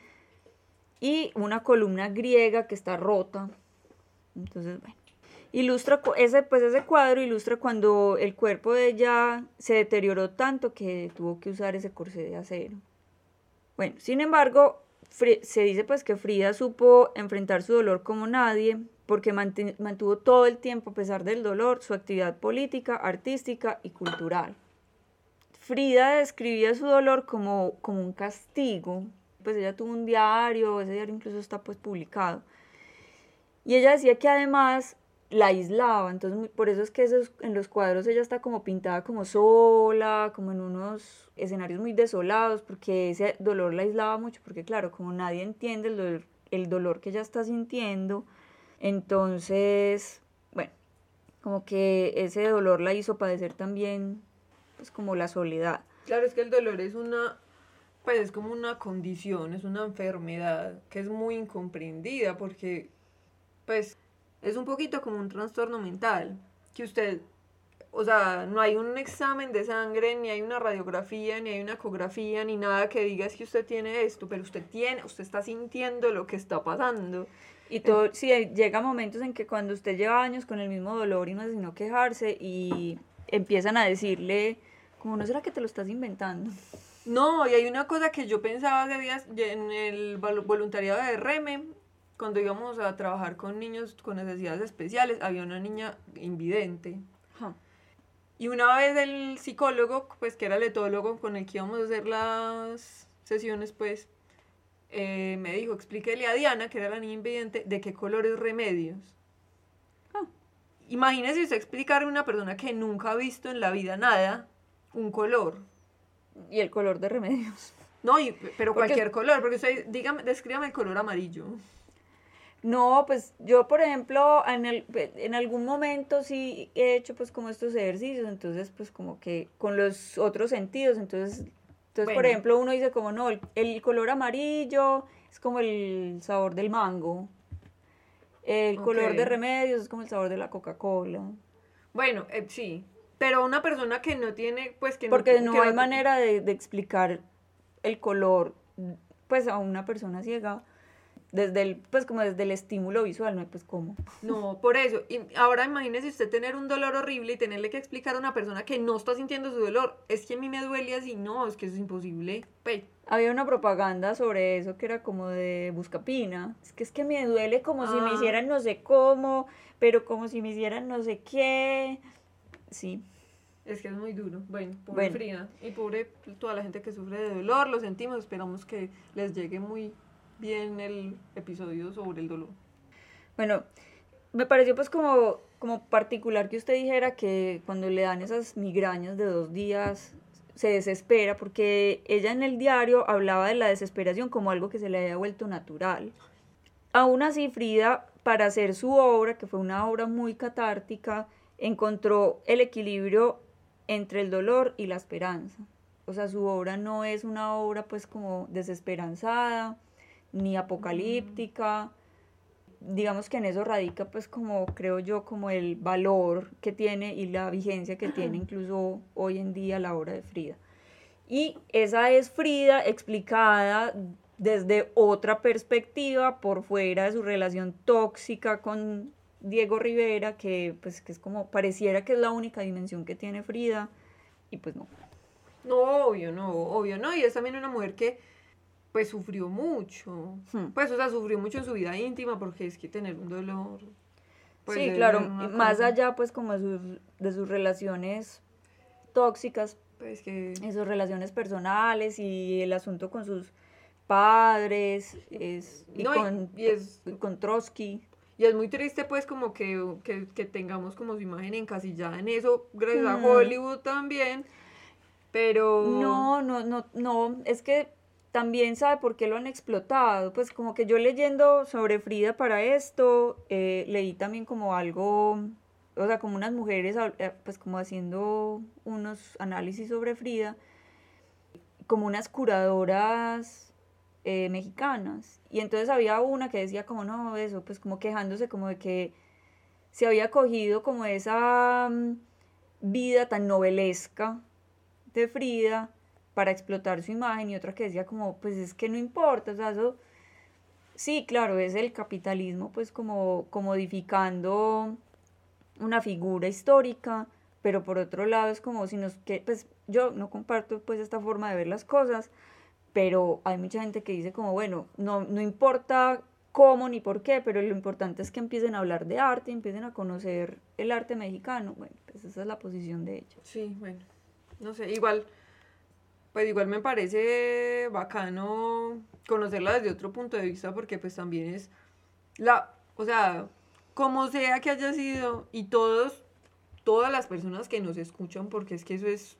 y una columna griega que está rota. Entonces, bueno, ilustra ese cuadro ilustra cuando el cuerpo de ella se deterioró tanto que tuvo que usar ese corsé de acero. Bueno, sin embargo, se dice pues que Frida supo enfrentar su dolor como nadie, porque mantuvo todo el tiempo, a pesar del dolor, su actividad política, artística y cultural. Frida describía su dolor como un castigo. Pues ella tuvo un diario, ese diario incluso está pues publicado. Y ella decía que además la aislaba, entonces por eso es que en los cuadros ella está como pintada como sola, como en unos escenarios muy desolados, porque ese dolor la aislaba mucho, porque claro, como nadie entiende el dolor que ella está sintiendo, entonces, bueno, como que ese dolor la hizo padecer también, pues como la soledad. Claro, es que el dolor es pues es como una condición, es una enfermedad que es muy incomprendida porque, pues, es un poquito como un trastorno mental, que usted, o sea, no hay un examen de sangre, ni hay una radiografía, ni hay una ecografía, ni nada que diga es que usted tiene esto, pero usted está sintiendo lo que está pasando. Y sí, llega momentos en que cuando usted lleva años con el mismo dolor y no hace sino quejarse y empiezan a decirle, como, ¿no será que te lo estás inventando? No, y hay una cosa que yo pensaba hace días en el voluntariado de REME, cuando íbamos a trabajar con niños con necesidades especiales, había una niña invidente. Y una vez el psicólogo, pues que era el etólogo con el que íbamos a hacer las sesiones, pues, me dijo, explíquele a Diana, que era la niña invidente, de qué color es Remedios. Imagínese usted explicarle a una persona que nunca ha visto en la vida nada, un color. Y el color de Remedios. No, pero cualquier color, porque usted, descríbame el color amarillo. No, pues yo, por ejemplo, en algún momento sí he hecho pues como estos ejercicios, entonces pues como que con los otros sentidos, entonces bueno. Por ejemplo, uno dice como no, el color amarillo es como el sabor del mango, el color de Remedios es como el sabor de la Coca-Cola. Bueno, sí, pero una persona que no tiene, pues que porque no hay manera de explicar el color, pues a una persona ciega, desde el estímulo visual, no hay pues cómo. No, por eso. Y ahora imagínese usted tener un dolor horrible y tenerle que explicar a una persona que no está sintiendo su dolor. Es que a mí me duele así, no, es que eso es imposible. Pues. Había una propaganda sobre eso que era como de Buscapina. Es que me duele como si me hicieran no sé cómo, pero como si me hicieran no sé qué. Sí. Es que es muy duro. Bueno, pobre Frida. Y pobre toda la gente que sufre de dolor, lo sentimos. Esperamos que les llegue muy bien el episodio sobre el dolor. Bueno, me pareció pues como particular que usted dijera que cuando le dan esas migrañas de 2 días se desespera, porque ella en el diario hablaba de la desesperación como algo que se le había vuelto natural. Aún así, Frida, para hacer su obra, que fue una obra muy catártica, encontró el equilibrio entre el dolor y la esperanza. O sea, su obra no es una obra pues como desesperanzada, ni apocalíptica. Digamos que en eso radica pues como creo yo como el valor que tiene y la vigencia que tiene incluso hoy en día la obra de Frida. Y esa es Frida explicada desde otra perspectiva por fuera de su relación tóxica con Diego Rivera, que pues que es como pareciera que es la única dimensión que tiene Frida y pues no. No, obvio, no. Y es también una mujer que pues sufrió mucho. Pues, o sea, sufrió mucho en su vida íntima porque es que tener un dolor. Pues, sí, claro, más allá pues como de sus relaciones tóxicas, pues que... en sus relaciones personales y el asunto con sus padres con Trotsky. Y es muy triste pues como que tengamos como su imagen encasillada en eso, gracias a Hollywood también, pero... No, es que también sabe por qué lo han explotado, pues como que yo leyendo sobre Frida para esto, leí también como algo, o sea, como unas mujeres pues como haciendo unos análisis sobre Frida, como unas curadoras mexicanas, y entonces había una que decía como no, eso, pues como quejándose como de que se había cogido como esa vida tan novelesca de Frida para explotar su imagen, y otra que decía como pues es que no importa, o sea, eso sí, claro, es el capitalismo pues como comodificando una figura histórica, pero por otro lado es como si nos que pues yo no comparto pues esta forma de ver las cosas, pero hay mucha gente que dice como bueno, no importa cómo ni por qué, pero lo importante es que empiecen a hablar de arte, empiecen a conocer el arte mexicano. Bueno, pues esa es la posición de ellos. Sí, bueno, no sé, igual me parece bacano conocerla desde otro punto de vista porque pues también es o sea, como sea que haya sido y todas las personas que nos escuchan, porque es que eso es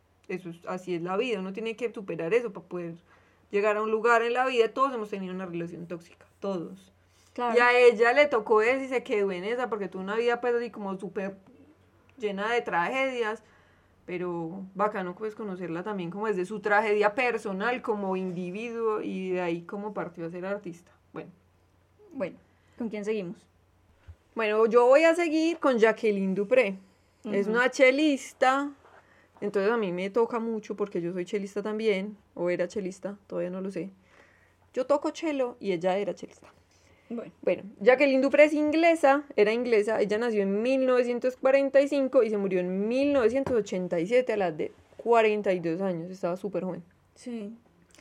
así es la vida, uno tiene que superar eso para poder llegar a un lugar en la vida. Todos hemos tenido una relación tóxica, todos. Claro. Y a ella le tocó eso y se quedó en esa porque tuvo una vida pues así como súper llena de tragedias, pero bacano pues conocerla también como desde su tragedia personal como individuo y de ahí como partió a ser artista. Bueno, ¿con quién seguimos? Bueno, yo voy a seguir con Jacqueline du Pré. Es una chelista, entonces a mí me toca mucho porque yo soy chelista también, o era chelista, todavía no lo sé. Yo toco cello y ella era chelista. Bueno, Jacqueline du Pré es era inglesa, ella nació en 1945 y se murió en 1987 a la edad de 42 años, estaba súper joven. Sí.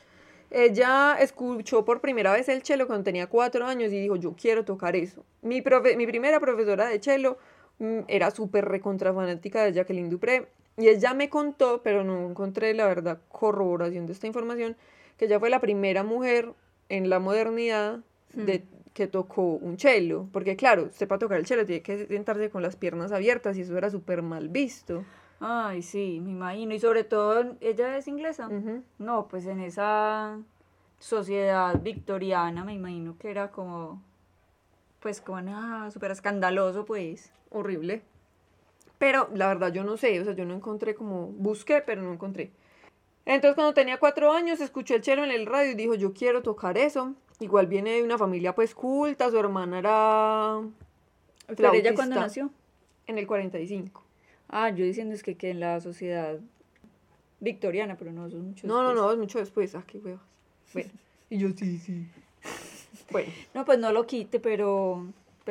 Ella escuchó por primera vez el cello cuando tenía 4 años y dijo, yo quiero tocar eso. Mi primera profesora de cello era súper recontra fanática de Jacqueline du Pré y ella me contó, pero no encontré la verdad corroboración de esta información, que ella fue la primera mujer en la modernidad que tocó un cello, porque claro, usted para tocar el cello tiene que sentarse con las piernas abiertas y eso era súper mal visto. Ay, sí, me imagino, y sobre todo, ¿ella es inglesa? No, pues en esa sociedad victoriana me imagino que era como, pues como nada, súper escandaloso, pues. Horrible. Pero la verdad yo no sé, o sea, yo no encontré como, busqué, pero no encontré. Entonces cuando tenía 4 años escuchó el cello en el radio y dijo, yo quiero tocar eso. Igual viene de una familia pues culta, su hermana era flautista. ¿Pero ella cuándo nació? En el 45. Ah, yo diciendo es que en la sociedad victoriana, pero no, eso es mucho después. No, es mucho después, qué huevas. Bueno, y yo sí. Bueno. No, pues no lo quite, pero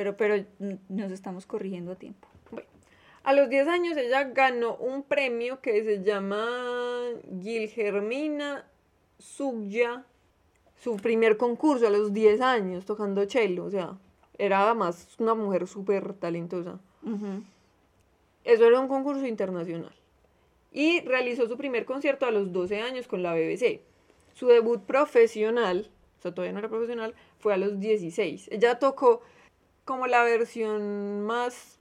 nos estamos corrigiendo a tiempo. Bueno, a los 10 años ella ganó un premio que se llama Guillermina Suglia, su primer concurso a los 10 años tocando cello, o sea, era además una mujer súper talentosa. Eso era un concurso internacional. Y realizó su primer concierto a los 12 años con la BBC. Su debut profesional, o sea, todavía no era profesional, fue a los 16. Ella tocó como la versión más,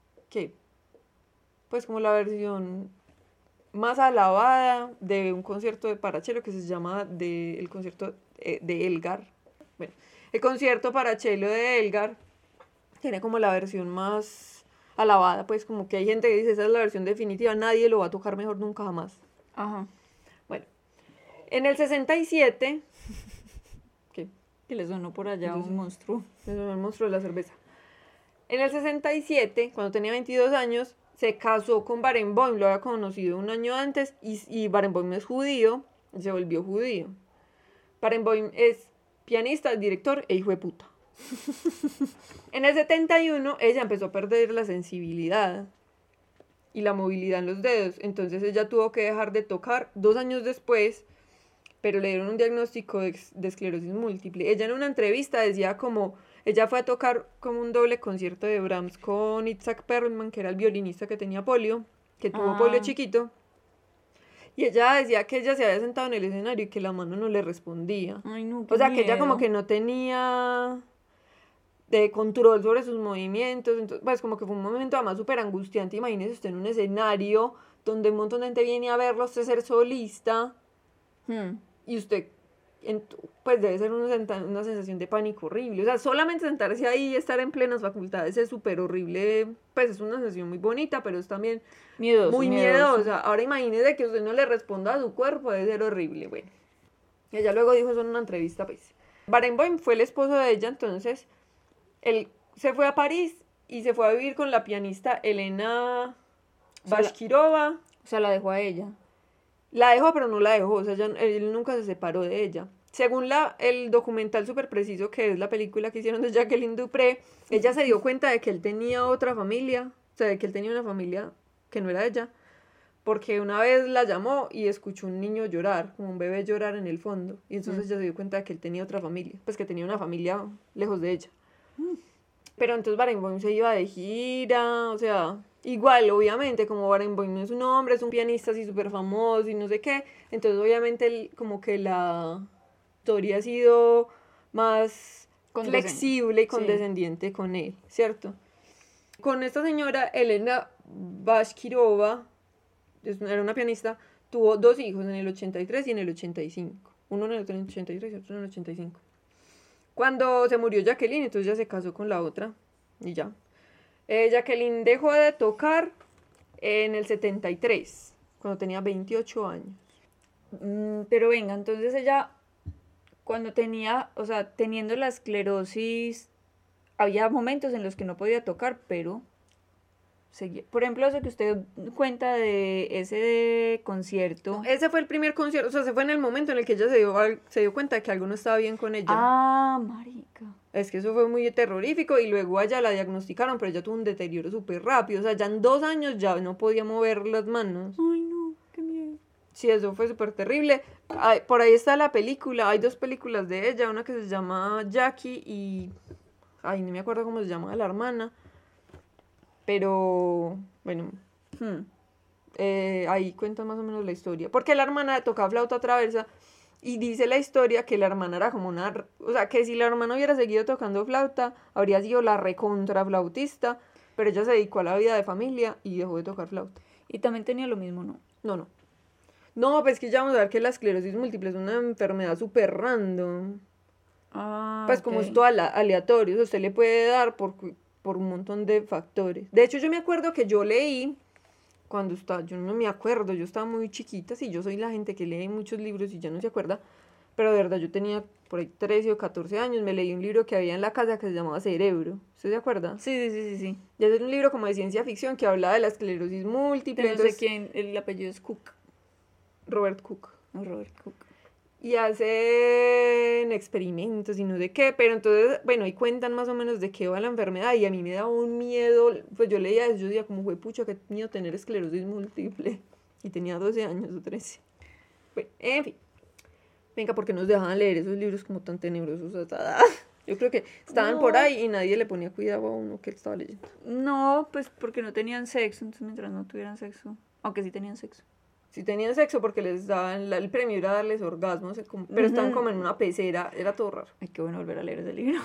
pues como la versión más alabada de un concierto para cello que se llama el concierto de Elgar. Bueno, el concierto para cello de Elgar tiene como la versión más alabada, pues como que hay gente que dice, esa es la versión definitiva, nadie lo va a tocar mejor nunca jamás. Ajá. Bueno, en el 67... ¿Qué? Que le sonó por allá un monstruo. Le sonó el monstruo de la cerveza. En el 67, cuando tenía 22 años, se casó con Barenboim, lo había conocido un año antes, y Barenboim es judío, y se volvió judío. Barenboim es pianista, director e hijo de puta. En el 71, ella empezó a perder la sensibilidad y la movilidad en los dedos, entonces ella tuvo que dejar de tocar 2 años después, pero le dieron un diagnóstico de esclerosis múltiple. Ella en una entrevista decía como... Ella fue a tocar como un doble concierto de Brahms con Itzhak Perlman, que era el violinista que tenía polio, que tuvo polio chiquito. Y ella decía que ella se había sentado en el escenario y que la mano no le respondía. Ay, no, o sea, que ella como que no tenía de control sobre sus movimientos. Entonces, pues como que fue un momento además súper angustiante. Imagínese usted en un escenario donde un montón de gente viene a verlo, usted ser solista. Y usted... pues debe ser una sensación de pánico horrible. O sea, solamente sentarse ahí y estar en plenas facultades es súper horrible. Pues es una sensación muy bonita, pero es también muy miedosa. Ahora imagínese que usted no le responda a su cuerpo, debe ser horrible. Bueno, ella luego dijo eso en una entrevista, pues. Barenboim fue el esposo de ella, entonces él se fue a París y se fue a vivir con la pianista Elena Bashkirova. O sea, la dejó a ella. La dejó, pero no la dejó, o sea, él nunca se separó de ella. Según el documental súper preciso que es la película que hicieron de Jacqueline Dupré, ella se dio cuenta de que él tenía otra familia, o sea, de que él tenía una familia que no era ella, porque una vez la llamó y escuchó un niño llorar, como un bebé llorar en el fondo, y entonces ella se dio cuenta de que él tenía otra familia, pues que tenía una familia lejos de ella. Pero entonces Barenboim se iba de gira, o sea... Igual, obviamente, como Barenboim no es un hombre, es un pianista así súper famoso y no sé qué, entonces obviamente como que la historia ha sido más flexible y condescendiente con él, ¿cierto? Con esta señora Elena Bashkirova, era una pianista, tuvo 2 hijos en el 83 y en el 85. Uno en el 83 y otro en el 85. Cuando se murió Jacqueline, entonces ya se casó con la otra y ya. Jacqueline dejó de tocar en el 73, cuando tenía 28 años. Pero venga, entonces ella, cuando tenía, o sea, teniendo la esclerosis, había momentos en los que no podía tocar, pero seguía. Por ejemplo, eso que usted cuenta de ese concierto. Ese fue el primer concierto, o sea, ese fue en el momento en el que ella se dio cuenta de que algo no estaba bien con ella. Ah, marica. Es que eso fue muy terrorífico y luego a ella la diagnosticaron, pero ella tuvo un deterioro súper rápido. O sea, ya en 2 años ya no podía mover las manos. Ay, no, qué miedo. Sí, eso fue súper terrible. Por ahí está la película, hay 2 películas de ella, una que se llama Jackie y... Ay, no me acuerdo cómo se llama la hermana. Pero, bueno, ahí cuentan más o menos la historia. Porque la hermana tocaba flauta traversa. Y dice la historia que la hermana era como una... O sea, que si la hermana hubiera seguido tocando flauta, habría sido la recontra flautista, pero ella se dedicó a la vida de familia y dejó de tocar flauta. Y también tenía lo mismo, ¿no? No. No, pues que ya vamos a ver que la esclerosis múltiple es una enfermedad súper random. Pues como es todo aleatorio, o sea, usted le puede dar por un montón de factores. De hecho, yo me acuerdo que yo leí... Cuando estaba, yo no me acuerdo, yo estaba muy chiquita, sí, yo soy la gente que lee muchos libros y ya no se acuerda, pero de verdad yo tenía por ahí 13 o 14 años, me leí un libro que había en la casa que se llamaba Cerebro, ¿usted se acuerda? Sí. Ya es un libro como de ciencia ficción que hablaba de la esclerosis múltiple. No sé quién, el apellido es Cook. Robert Cook. No, Robert Cook. Y hacen experimentos y no sé qué, pero entonces, bueno, ahí cuentan más o menos de qué va la enfermedad y a mí me daba un miedo, pues yo leía eso, yo decía como, fue pucha, qué miedo tener esclerosis múltiple, y tenía 12 años o 13. Bueno, en fin, venga, ¿por qué nos dejaban leer esos libros como tan tenebrosos hasta edad? Yo creo que estaban por ahí y nadie le ponía cuidado a uno que él estaba leyendo. No, pues porque no tenían sexo, entonces mientras no tuvieran sexo, aunque sí tenían sexo. Sí tenían sexo porque les daban, el premio era darles orgasmos, pero estaban como en una pecera, era todo raro. Ay, qué bueno volver a leer ese libro.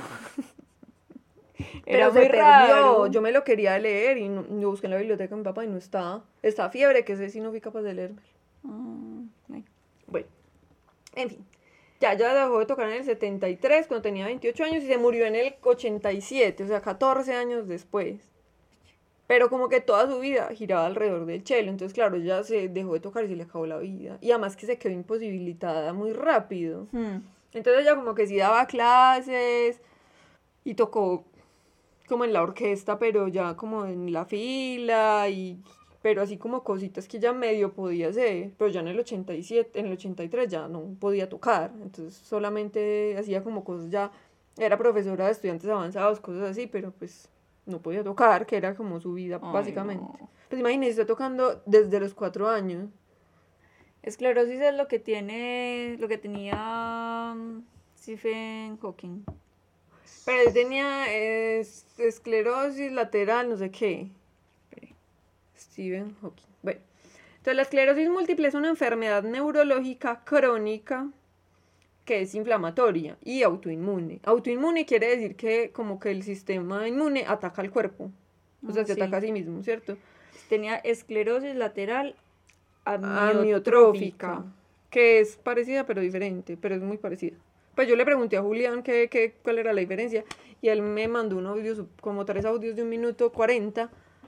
Era muy raro. Yo me lo quería leer y lo busqué en la biblioteca de mi papá y no estaba. Está Fiebre, que ese sí no fui capaz de leerme. Bueno, en fin. Ya dejó de tocar en el 73 cuando tenía 28 años y se murió en el 87, o sea, 14 años después. Pero como que toda su vida giraba alrededor del cello. Entonces, claro, ella se dejó de tocar y se le acabó la vida. Y además que se quedó imposibilitada muy rápido. Entonces ella como que sí daba clases y tocó como en la orquesta, pero ya como en la fila pero así como cositas que ella medio podía hacer, pero ya en el 87, en el 83 ya no podía tocar, entonces solamente hacía como cosas ya, era profesora de estudiantes avanzados, cosas así, pero pues no podía tocar, que era como su vida básicamente. No. Pues imagínese, está tocando desde los 4 años. Esclerosis es lo que tenía Stephen Hawking. Pero él tenía esclerosis lateral, no sé qué. Stephen Hawking. Bueno, entonces la esclerosis múltiple es una enfermedad neurológica crónica que es inflamatoria y autoinmune. Autoinmune quiere decir que como que el sistema inmune ataca al cuerpo. O sea, se ataca a sí mismo, ¿cierto? Tenía esclerosis lateral amiotrófica, que es parecida pero diferente, pero es muy parecida. Pues yo le pregunté a Julián cuál era la diferencia y él me mandó un audio, como 3 audios de 1 minuto 40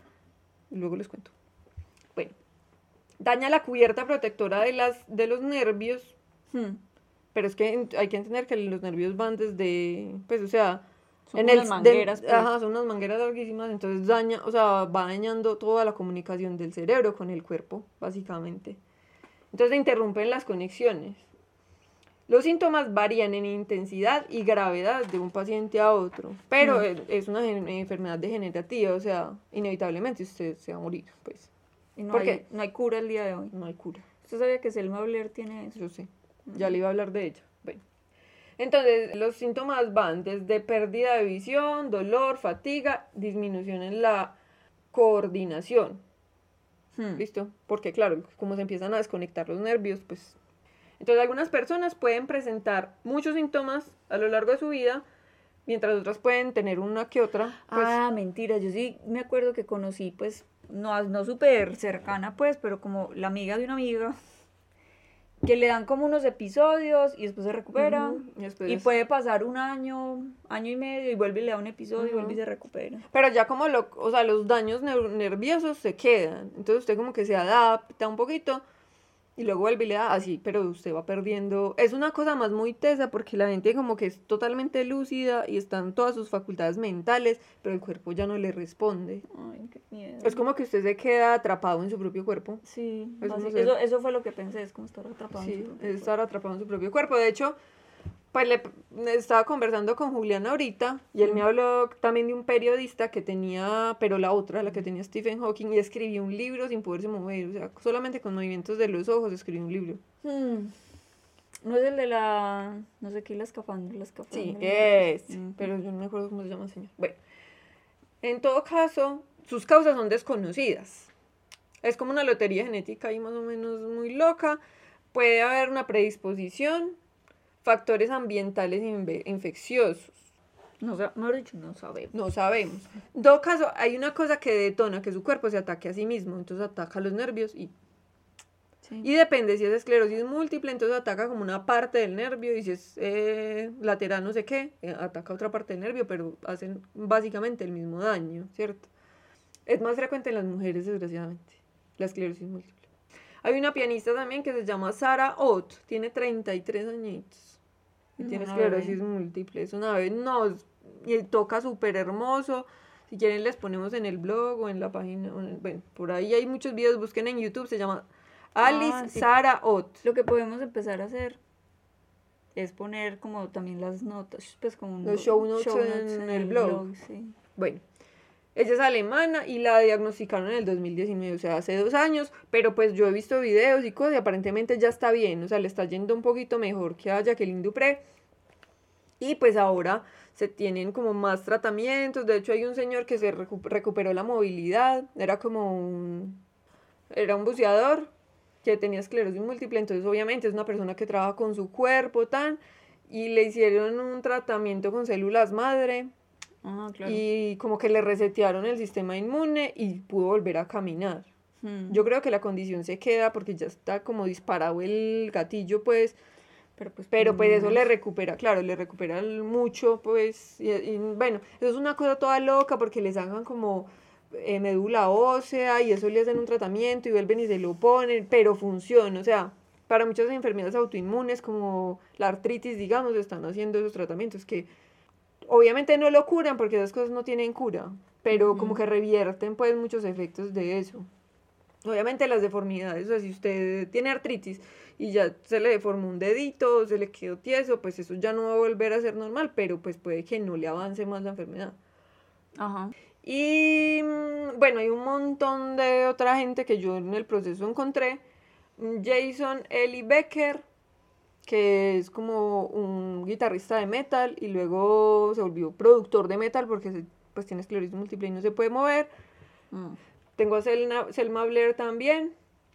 y luego les cuento. Bueno, daña la cubierta protectora de los nervios, pero es que hay que entender que los nervios van desde, pues o sea, son unas mangueras. Pues. Ajá, son unas mangueras larguísimas, entonces va dañando toda la comunicación del cerebro con el cuerpo, básicamente. Entonces interrumpen las conexiones. Los síntomas varían en intensidad y gravedad de un paciente a otro, pero es una enfermedad degenerativa, o sea, inevitablemente usted se va a morir, pues. Y no hay cura el día de hoy. No hay cura. ¿Usted sabía que Selma Blair tiene eso? Yo sé, ya le iba a hablar de ella. Bueno. Entonces, los síntomas van desde pérdida de visión, dolor, fatiga, disminución en la coordinación. ¿Listo? Porque claro, como se empiezan a desconectar los nervios, pues... Entonces algunas personas pueden presentar muchos síntomas a lo largo de su vida, mientras otras pueden tener una que otra. Pues... mentira, yo sí me acuerdo que conocí, pues, no súper cercana, pues, pero como la amiga de una amiga, que le dan como unos episodios y después se recupera. Y puede pasar un año y medio y vuelve y le da un episodio y vuelve y se recupera. Pero ya como los daños nerviosos se quedan, entonces usted como que se adapta un poquito. Y luego vuelve y le da así, pero usted va perdiendo. Es una cosa más muy tesa porque la gente como que es totalmente lúcida y están todas sus facultades mentales, pero el cuerpo ya no le responde. Ay, qué miedo. Es como que usted se queda atrapado en su propio cuerpo. Sí, eso fue lo que pensé, es como estar atrapado en su propio cuerpo. Estar atrapado en su propio cuerpo. De hecho, pues estaba conversando con Julián ahorita y él me habló también de un periodista que tenía, pero la que tenía Stephen Hawking, y escribió un libro sin poderse mover, o sea, solamente con movimientos de los ojos escribió un libro. No es el de no sé qué, la escafandra. Sí, es, pero yo no me acuerdo cómo se llama el señor. Bueno, en todo caso, sus causas son desconocidas. Es como una lotería genética ahí más o menos muy loca. Puede haber una predisposición, factores ambientales infecciosos. Mejor dicho, no sabemos. No sabemos. En todo caso, hay una cosa que detona que su cuerpo se ataque a sí mismo, entonces ataca los nervios y depende si es esclerosis múltiple, entonces ataca como una parte del nervio, y si es lateral no sé qué, ataca otra parte del nervio, pero hacen básicamente el mismo daño, ¿cierto? Es más frecuente en las mujeres, desgraciadamente, la esclerosis múltiple. Hay una pianista también que se llama Sarah Ott, tiene 33 añitos y tiene esclerosis múltiple. Es una bebé, y toca súper hermoso. Si quieren les ponemos en el blog o en la página, bueno, por ahí hay muchos videos, busquen en YouTube, se llama Alice Sarah Ott. Lo que podemos empezar a hacer es poner como también las notas, pues como los show notes en el blog. Sí. Bueno. Ella es alemana y la diagnosticaron en el 2019, o sea, hace 2 años, pero pues yo he visto videos y cosas y aparentemente ya está bien, o sea, le está yendo un poquito mejor que a Jacqueline Dupré. Y pues ahora se tienen como más tratamientos. De hecho hay un señor que se recuperó la movilidad, era un buceador que tenía esclerosis múltiple, entonces obviamente es una persona que trabaja con su cuerpo, y le hicieron un tratamiento con células madre. Claro. Y como que le resetearon el sistema inmune y pudo volver a caminar. Yo creo que la condición se queda porque ya está como disparado el gatillo, pues. Pero pues eso le recupera, claro, le recupera mucho, pues. Y bueno, eso es una cosa toda loca porque le sacan como médula ósea y eso le hacen un tratamiento y vuelven y se lo ponen, pero funciona, o sea, para muchas enfermedades autoinmunes como la artritis, digamos, están haciendo esos tratamientos que obviamente no lo curan porque esas cosas no tienen cura, pero como que revierten pues muchos efectos de eso. Obviamente las deformidades, o sea, si usted tiene artritis y ya se le deformó un dedito, se le quedó tieso, pues eso ya no va a volver a ser normal, pero pues puede que no le avance más la enfermedad. Ajá. Y bueno, hay un montón de otra gente que yo en el proceso encontré. Jason Eli Becker, que es como un guitarrista de metal y luego se volvió productor de metal porque pues tiene esclerosis múltiple y no se puede mover. Tengo a Selma Blair también.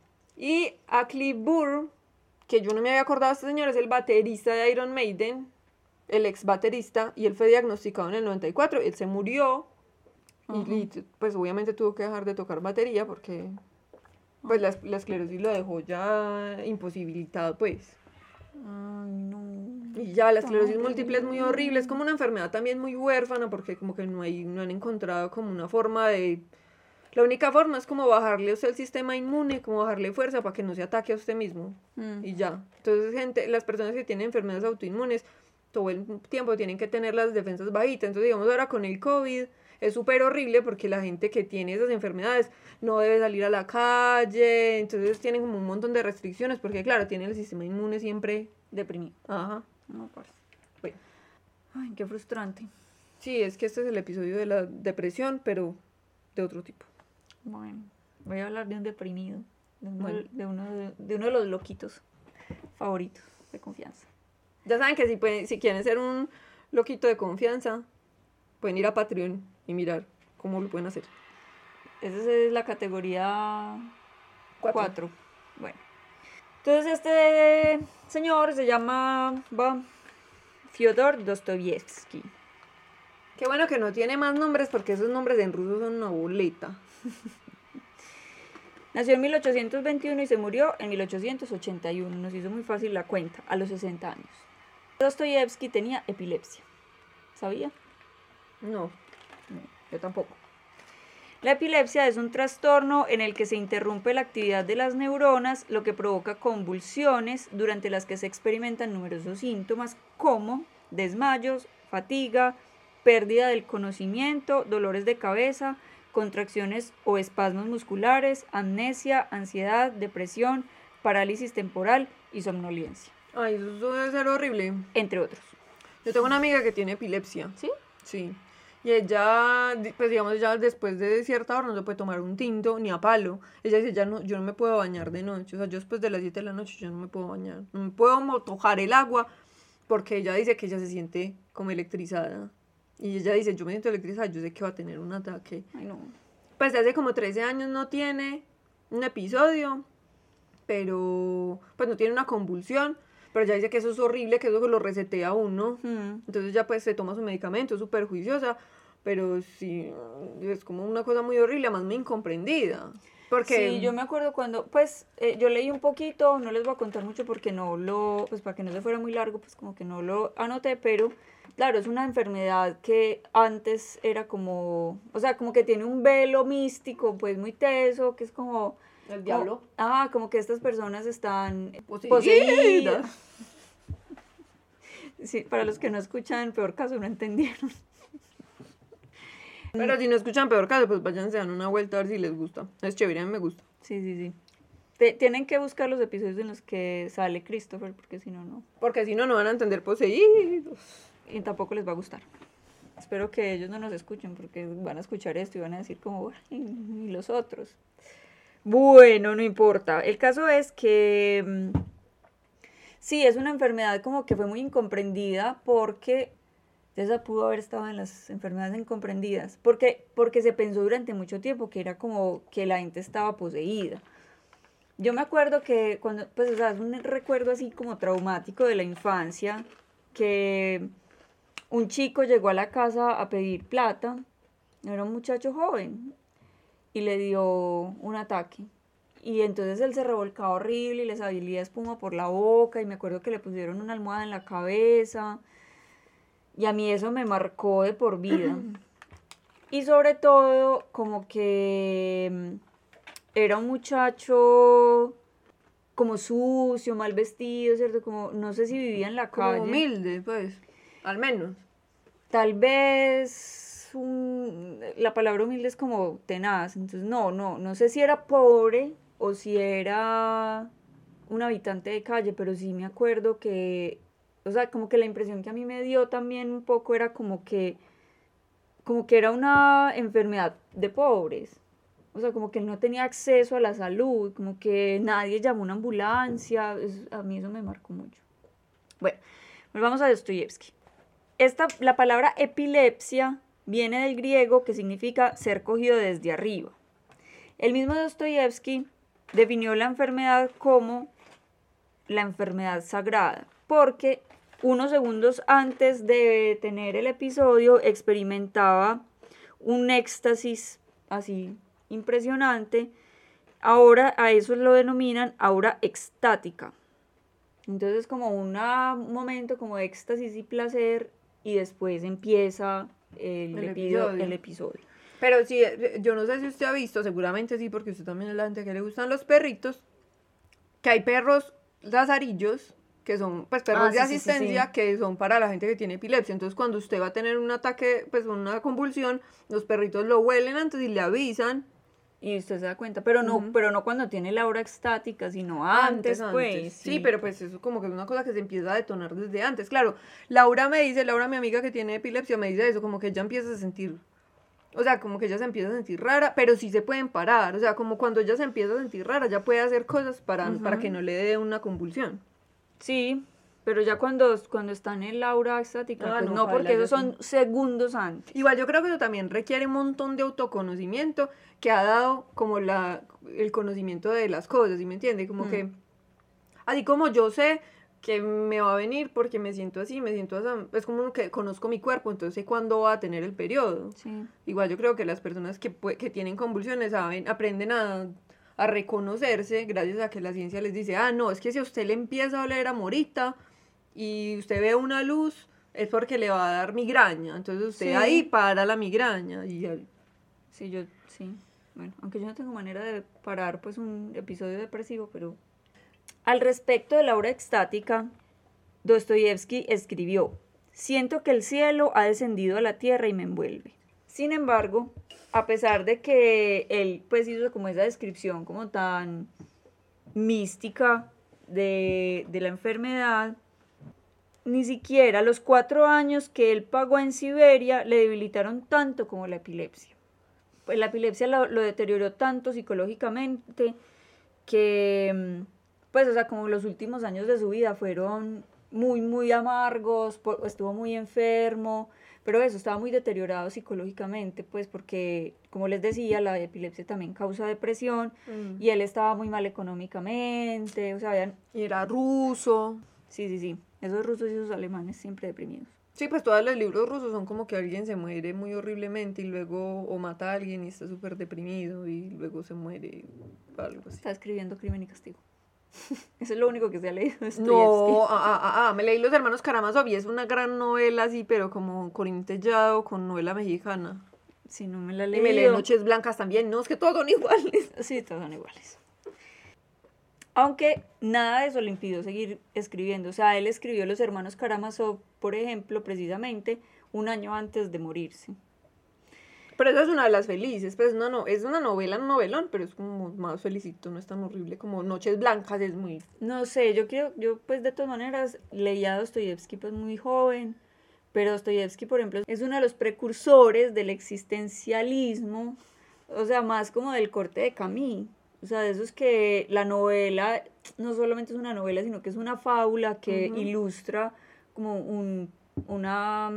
Y a Cliff Burr, que yo no me había acordado de este señor, es el baterista de Iron Maiden, el ex baterista, y él fue diagnosticado en el 94, él se murió, y pues obviamente tuvo que dejar de tocar batería porque pues la esclerosis lo dejó ya imposibilitado, pues. Ay, no. Y ya, la esclerosis múltiple es muy horrible, es como una enfermedad también muy huérfana porque como que no han encontrado como una forma de... La única forma es como bajarle a usted el sistema inmune, como bajarle fuerza para que no se ataque a usted mismo. Y ya. Entonces, las personas que tienen enfermedades autoinmunes, todo el tiempo tienen que tener las defensas bajitas. Entonces, digamos, ahora con el COVID es súper horrible porque la gente que tiene esas enfermedades no debe salir a la calle. Entonces, tienen como un montón de restricciones porque, claro, tienen el sistema inmune siempre deprimido. Ajá. No, parce. Bueno. Ay, qué frustrante. Sí, es que este es el episodio de la depresión, pero de otro tipo. Bueno, voy a hablar de un deprimido, de uno de los loquitos favoritos de confianza. Ya saben que si quieren ser un loquito de confianza, pueden ir a Patreon y mirar cómo lo pueden hacer. Esa es la categoría 4. Bueno, entonces este señor se llama Fyodor Dostoyevsky. Qué bueno que no tiene más nombres porque esos nombres en ruso son una boleta. Nació en 1821 y se murió en 1881. Nos hizo muy fácil la cuenta, a los 60 años. Dostoyevsky tenía epilepsia. ¿Sabía? No, yo tampoco. La epilepsia es un trastorno en el que se interrumpe la actividad de las neuronas, lo que provoca convulsiones durante las que se experimentan numerosos síntomas como desmayos, fatiga, pérdida del conocimiento, dolores de cabeza, contracciones o espasmos musculares, amnesia, ansiedad, depresión, parálisis temporal y somnolencia. Ay, eso debe ser horrible. Entre otros. Yo tengo una amiga que tiene epilepsia. ¿Sí? Sí. Y ella, pues digamos, ya después de cierta hora no se puede tomar un tinto ni a palo. Ella dice, yo no me puedo bañar de noche. O sea, yo después de las 7 de la noche yo no me puedo bañar. No me puedo mojar el agua porque ella dice que ella se siente como electrizada. Y ella dice, yo me siento electrizada, yo sé que va a tener un ataque. Ay, no. Pues hace como 13 años no tiene un episodio, pero pues no tiene una convulsión. Pero ella dice que eso es horrible, que eso lo resetea uno. Entonces ya pues se toma su medicamento, es súper juiciosa. Pero sí, es como una cosa muy horrible, además muy incomprendida. Porque... Sí, yo me acuerdo cuando, pues, yo leí un poquito, no les voy a contar mucho porque pues para que no se fuera muy largo, pues como que no lo anoté, pero claro, es una enfermedad que antes era como, o sea, como que tiene un velo místico, pues muy teso, que es como... El diablo. Como que estas personas están poseídas. Sí, para los que no escuchan, en peor caso, no entendieron. Pero si no escuchan peor caso, pues váyanse a dar una vuelta a ver si les gusta. Es chévere, a mí me gusta. Sí. Tienen que buscar los episodios en los que sale Christopher, porque si no, no. Porque si no, no van a entender poseídos. Y tampoco les va a gustar. Espero que ellos no nos escuchen, porque van a escuchar esto y van a decir como, y los otros. Bueno, no importa. El caso es que sí, es una enfermedad como que fue muy incomprendida porque esa pudo haber estado en las enfermedades incomprendidas, porque se pensó durante mucho tiempo que era como que la gente estaba poseída. Yo me acuerdo que cuando, pues, o sea, es un recuerdo así como traumático de la infancia, que un chico llegó a la casa a pedir plata, era un muchacho joven, y le dio un ataque. Y entonces él se revolcaba horrible y le salía espuma por la boca, y me acuerdo que le pusieron una almohada en la cabeza. Y a mí eso me marcó de por vida. Y sobre todo, como que era un muchacho como sucio, mal vestido, ¿cierto? Como, no sé si vivía en la calle. Como humilde, pues, al menos. Tal vez la palabra humilde es como tenaz, entonces no sé si era pobre o si era un habitante de calle, pero sí me acuerdo que, o sea, como que la impresión que a mí me dio también un poco era como que era una enfermedad de pobres. O sea, como que él no tenía acceso a la salud, como que nadie llamó una ambulancia. A mí eso me marcó mucho. Bueno, volvamos a Dostoyevsky. La palabra epilepsia viene del griego que significa ser cogido desde arriba. El mismo Dostoyevsky definió la enfermedad como la enfermedad sagrada, porque unos segundos antes de tener el episodio experimentaba un éxtasis así impresionante. Ahora a eso lo denominan aura extática. Entonces como un momento como de éxtasis y placer y después empieza el episodio. Pero sí, yo no sé si usted ha visto, seguramente sí, porque usted también es la gente que le gustan los perritos, que hay perros lazarillos, que son pues perros de asistencia, que son para la gente que tiene epilepsia. Entonces cuando usted va a tener un ataque, pues una convulsión, los perritos lo huelen antes y le avisan. Y usted se da cuenta, pero no cuando tiene la aura extática, sino antes. Pues. Sí, pero pues eso como que es una cosa que se empieza a detonar desde antes. Claro, Laura, mi amiga que tiene epilepsia, me dice eso, como que ella empieza a sentir, o sea, como que ella se empieza a sentir rara, pero sí se pueden parar. O sea, como cuando ella se empieza a sentir rara, ya puede hacer cosas para que no le dé una convulsión. Sí, pero ya cuando está en el aura extática, pues no, porque esos son segundos antes. Igual yo creo que eso también requiere un montón de autoconocimiento que ha dado como el conocimiento de las cosas, ¿sí me entiende? Como que, así como yo sé que me va a venir porque me siento así, es como que conozco mi cuerpo, entonces sé cuándo va a tener el periodo. Sí. Igual yo creo que las personas que tienen convulsiones aprenden a reconocerse gracias a que la ciencia les dice, no, es que si a usted le empieza a oler a morita y usted ve una luz, es porque le va a dar migraña, entonces usted ahí para la migraña. Sí. Bueno, aunque yo no tengo manera de parar pues un episodio depresivo, pero... Al respecto de la aura extática, Dostoyevsky escribió: siento que el cielo ha descendido a la tierra y me envuelve. Sin embargo, a pesar de que él pues hizo como esa descripción como tan mística de la enfermedad, ni siquiera los 4 años que él pagó en Siberia le debilitaron tanto como la epilepsia. Pues la epilepsia lo deterioró tanto psicológicamente que, pues, o sea, como los últimos años de su vida fueron muy, muy amargos, estuvo muy enfermo, pero eso, estaba muy deteriorado psicológicamente, pues, porque, como les decía, la epilepsia también causa depresión, y él estaba muy mal económicamente, o sea, y era ruso. Sí, esos rusos y esos alemanes siempre deprimidos. Sí, pues todos los libros rusos son como que alguien se muere muy horriblemente y luego o mata a alguien y está súper deprimido y luego se muere, algo así. Está escribiendo Crimen y Castigo. Eso es lo único que se ha leído. No, me leí Los Hermanos Karamazov y es una gran novela así, pero como Corín Tellado con novela mexicana. Sí, no me la he leído. Y me leí Noches Blancas también, no, es que todos son iguales. Sí, todos son iguales. Aunque nada de eso le impidió seguir escribiendo. O sea, él escribió Los Hermanos Karamazov, por ejemplo, precisamente un año antes de morirse. Pero esa es una de las felices, pues es una novela, un novelón, pero es como más felicito, no es tan horrible como Noches Blancas, es muy... No sé, yo pues de todas maneras leí a Dostoyevsky pues muy joven, pero Dostoyevsky, por ejemplo, es uno de los precursores del existencialismo, o sea, más como del corte de Camus. O sea, de esos que la novela no solamente es una novela, sino que es una fábula que ilustra como una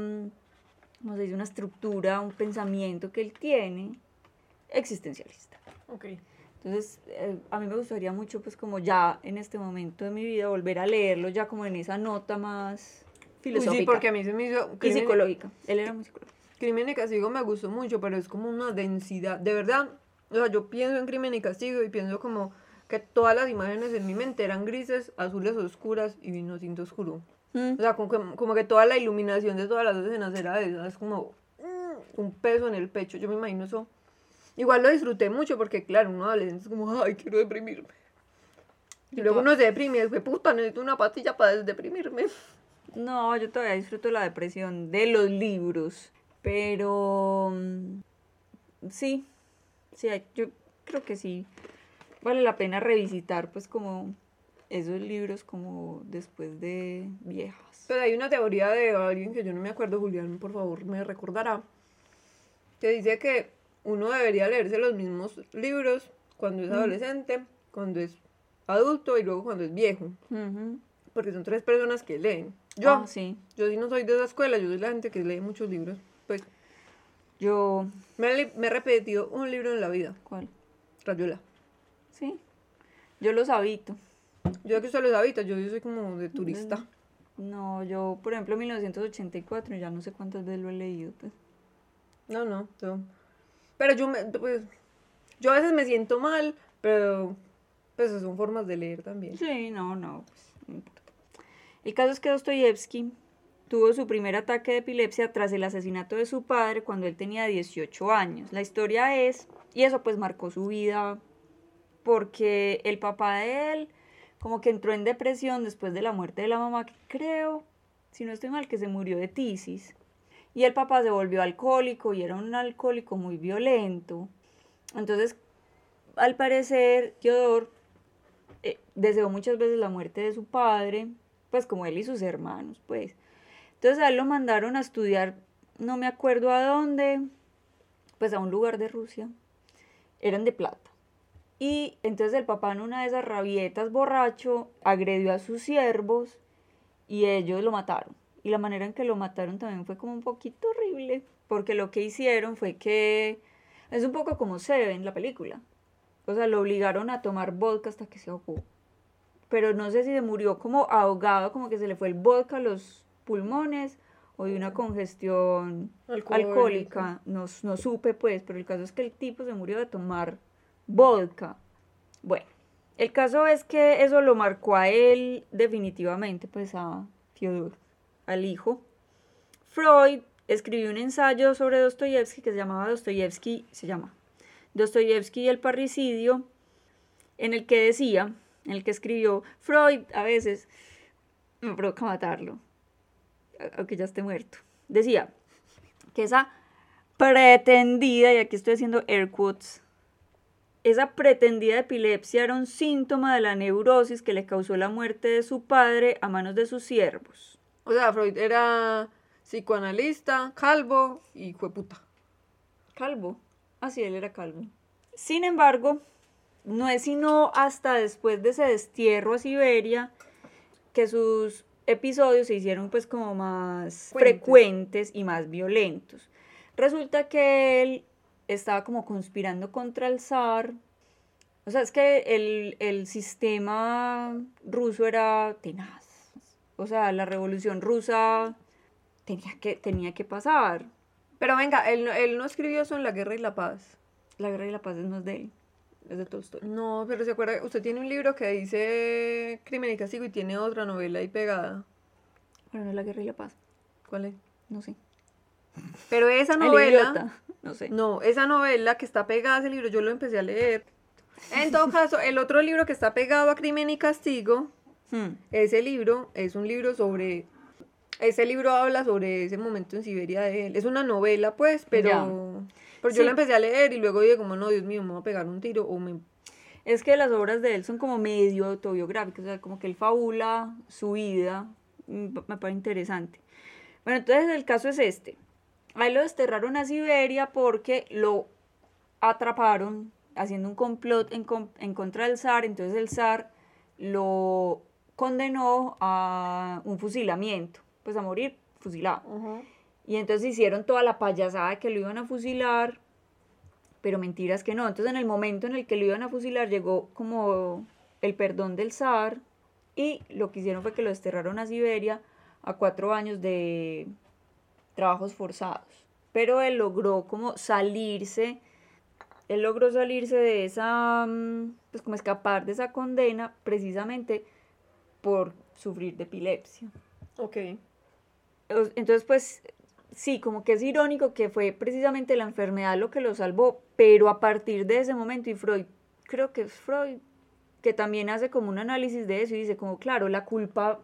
estructura, un pensamiento que él tiene existencialista. Okay. Entonces, a mí me gustaría mucho, pues como ya en este momento de mi vida, volver a leerlo ya como en esa nota más filosófica. Sí, porque a mí se me hizo... Y psicológica. Él era muy psicológico. Crimen y Castigo me gustó mucho, pero es como una densidad, de verdad. O sea, yo pienso en Crimen y Castigo y pienso como que todas las imágenes en mi mente eran grises, azules oscuras y vino tinto oscuro. O sea, como que toda la iluminación de todas las escenas era esa, es como... un peso en el pecho. Yo me imagino eso. Igual lo disfruté mucho porque, claro, uno adolescente es como, ay, quiero deprimirme. Y luego uno se deprime y después, puta, necesito una pastilla para desdeprimirme. No, yo todavía disfruto la depresión de los libros, pero sí, yo creo que sí vale la pena revisitar pues como esos libros como después de viejas. Pero hay una teoría de alguien que yo no me acuerdo, Julián, por favor, me recordará, que dice que uno debería leerse los mismos libros cuando es adolescente, cuando es adulto y luego cuando es viejo. Porque son 3 personas que leen. Yo sí no soy de esa escuela, yo soy la gente que lee muchos libros. Pues yo me he repetido un libro en la vida. ¿Cuál? Rayuela. Sí, yo los habito. Yo que usted los habita, yo soy como de turista. No, yo, por ejemplo, 1984, ya no sé cuántas veces lo he leído, pues. No. Pero yo a veces me siento mal, pero pues son formas de leer también. Sí, no importa. El caso es que Dostoyevsky tuvo su primer ataque de epilepsia tras el asesinato de su padre cuando él tenía 18 años. La historia es, y eso pues marcó su vida, porque el papá de él como que entró en depresión después de la muerte de la mamá, que creo, si no estoy mal, que se murió de tisis. Y el papá se volvió alcohólico y era un alcohólico muy violento. Entonces, al parecer, Fyodor deseó muchas veces la muerte de su padre, pues como él y sus hermanos, pues. Entonces a él lo mandaron a estudiar, no me acuerdo a dónde, pues a un lugar de Rusia. Eran de plata. Y entonces el papá en una de esas rabietas borracho agredió a sus siervos y ellos lo mataron. Y la manera en que lo mataron también fue como un poquito horrible, porque lo que hicieron fue que, es un poco como Seven, la película. O sea, lo obligaron a tomar vodka hasta que se ahogó. Pero no sé si se murió como ahogado, como que se le fue el vodka a los pulmones o de una congestión alcohólica. No supe pues, pero el caso es que el tipo se murió de tomar vodka. Bueno, el caso es que eso lo marcó a él definitivamente, pues a Fyodor, al hijo. Freud escribió un ensayo sobre Dostoyevsky que se llama Dostoyevsky y el parricidio, en el que escribió, Freud a veces me provoca matarlo, aunque ya esté muerto. Decía que esa pretendida, y aquí estoy haciendo air quotes, esa pretendida epilepsia era un síntoma de la neurosis que le causó la muerte de su padre a manos de sus siervos. O sea, Freud era psicoanalista, calvo y jueputa. ¿Calvo? Ah, sí, él era calvo. Sin embargo, no es sino hasta después de ese destierro a Siberia que sus episodios se hicieron pues como más frecuentes y más violentos. Resulta que él estaba como conspirando contra el zar. O sea, es que el sistema ruso era tenaz. O sea, la revolución rusa tenía que pasar. Pero venga, él no escribió eso en La Guerra y la Paz. La Guerra y la Paz no es de él, es de Tolstoy. No, pero se acuerda, usted tiene un libro que dice Crimen y Castigo y tiene otra novela ahí pegada. Bueno, no es La Guerra y la Paz. ¿Cuál es? No sé. Pero esa novela, no sé. No, esa novela que está pegada a ese libro, yo lo empecé a leer. En todo caso, el otro libro que está pegado a Crimen y Castigo, ese libro es un libro sobre... Ese libro habla sobre ese momento en Siberia de él. Es una novela, pues, pero yo la empecé a leer y luego dije como, no, Dios mío, me voy a pegar un tiro Es que las obras de él son como medio autobiográficas, o sea, como que él fabula su vida, me parece interesante. Bueno, entonces el caso es este. A él lo desterraron a Siberia porque lo atraparon haciendo un complot en contra del zar, entonces el zar lo condenó a un fusilamiento, pues a morir fusilado. Y entonces hicieron toda la payasada de que lo iban a fusilar, pero mentiras que no. Entonces en el momento en el que lo iban a fusilar llegó como el perdón del zar y lo que hicieron fue que lo desterraron a Siberia a 4 años de trabajos forzados. Pero él logró como salirse de esa, pues como escapar de esa condena precisamente por sufrir de epilepsia. Ok. Entonces pues sí, como que es irónico que fue precisamente la enfermedad lo que lo salvó, pero a partir de ese momento, y Freud, creo que es Freud, que también hace como un análisis de eso y dice como, claro, la culpa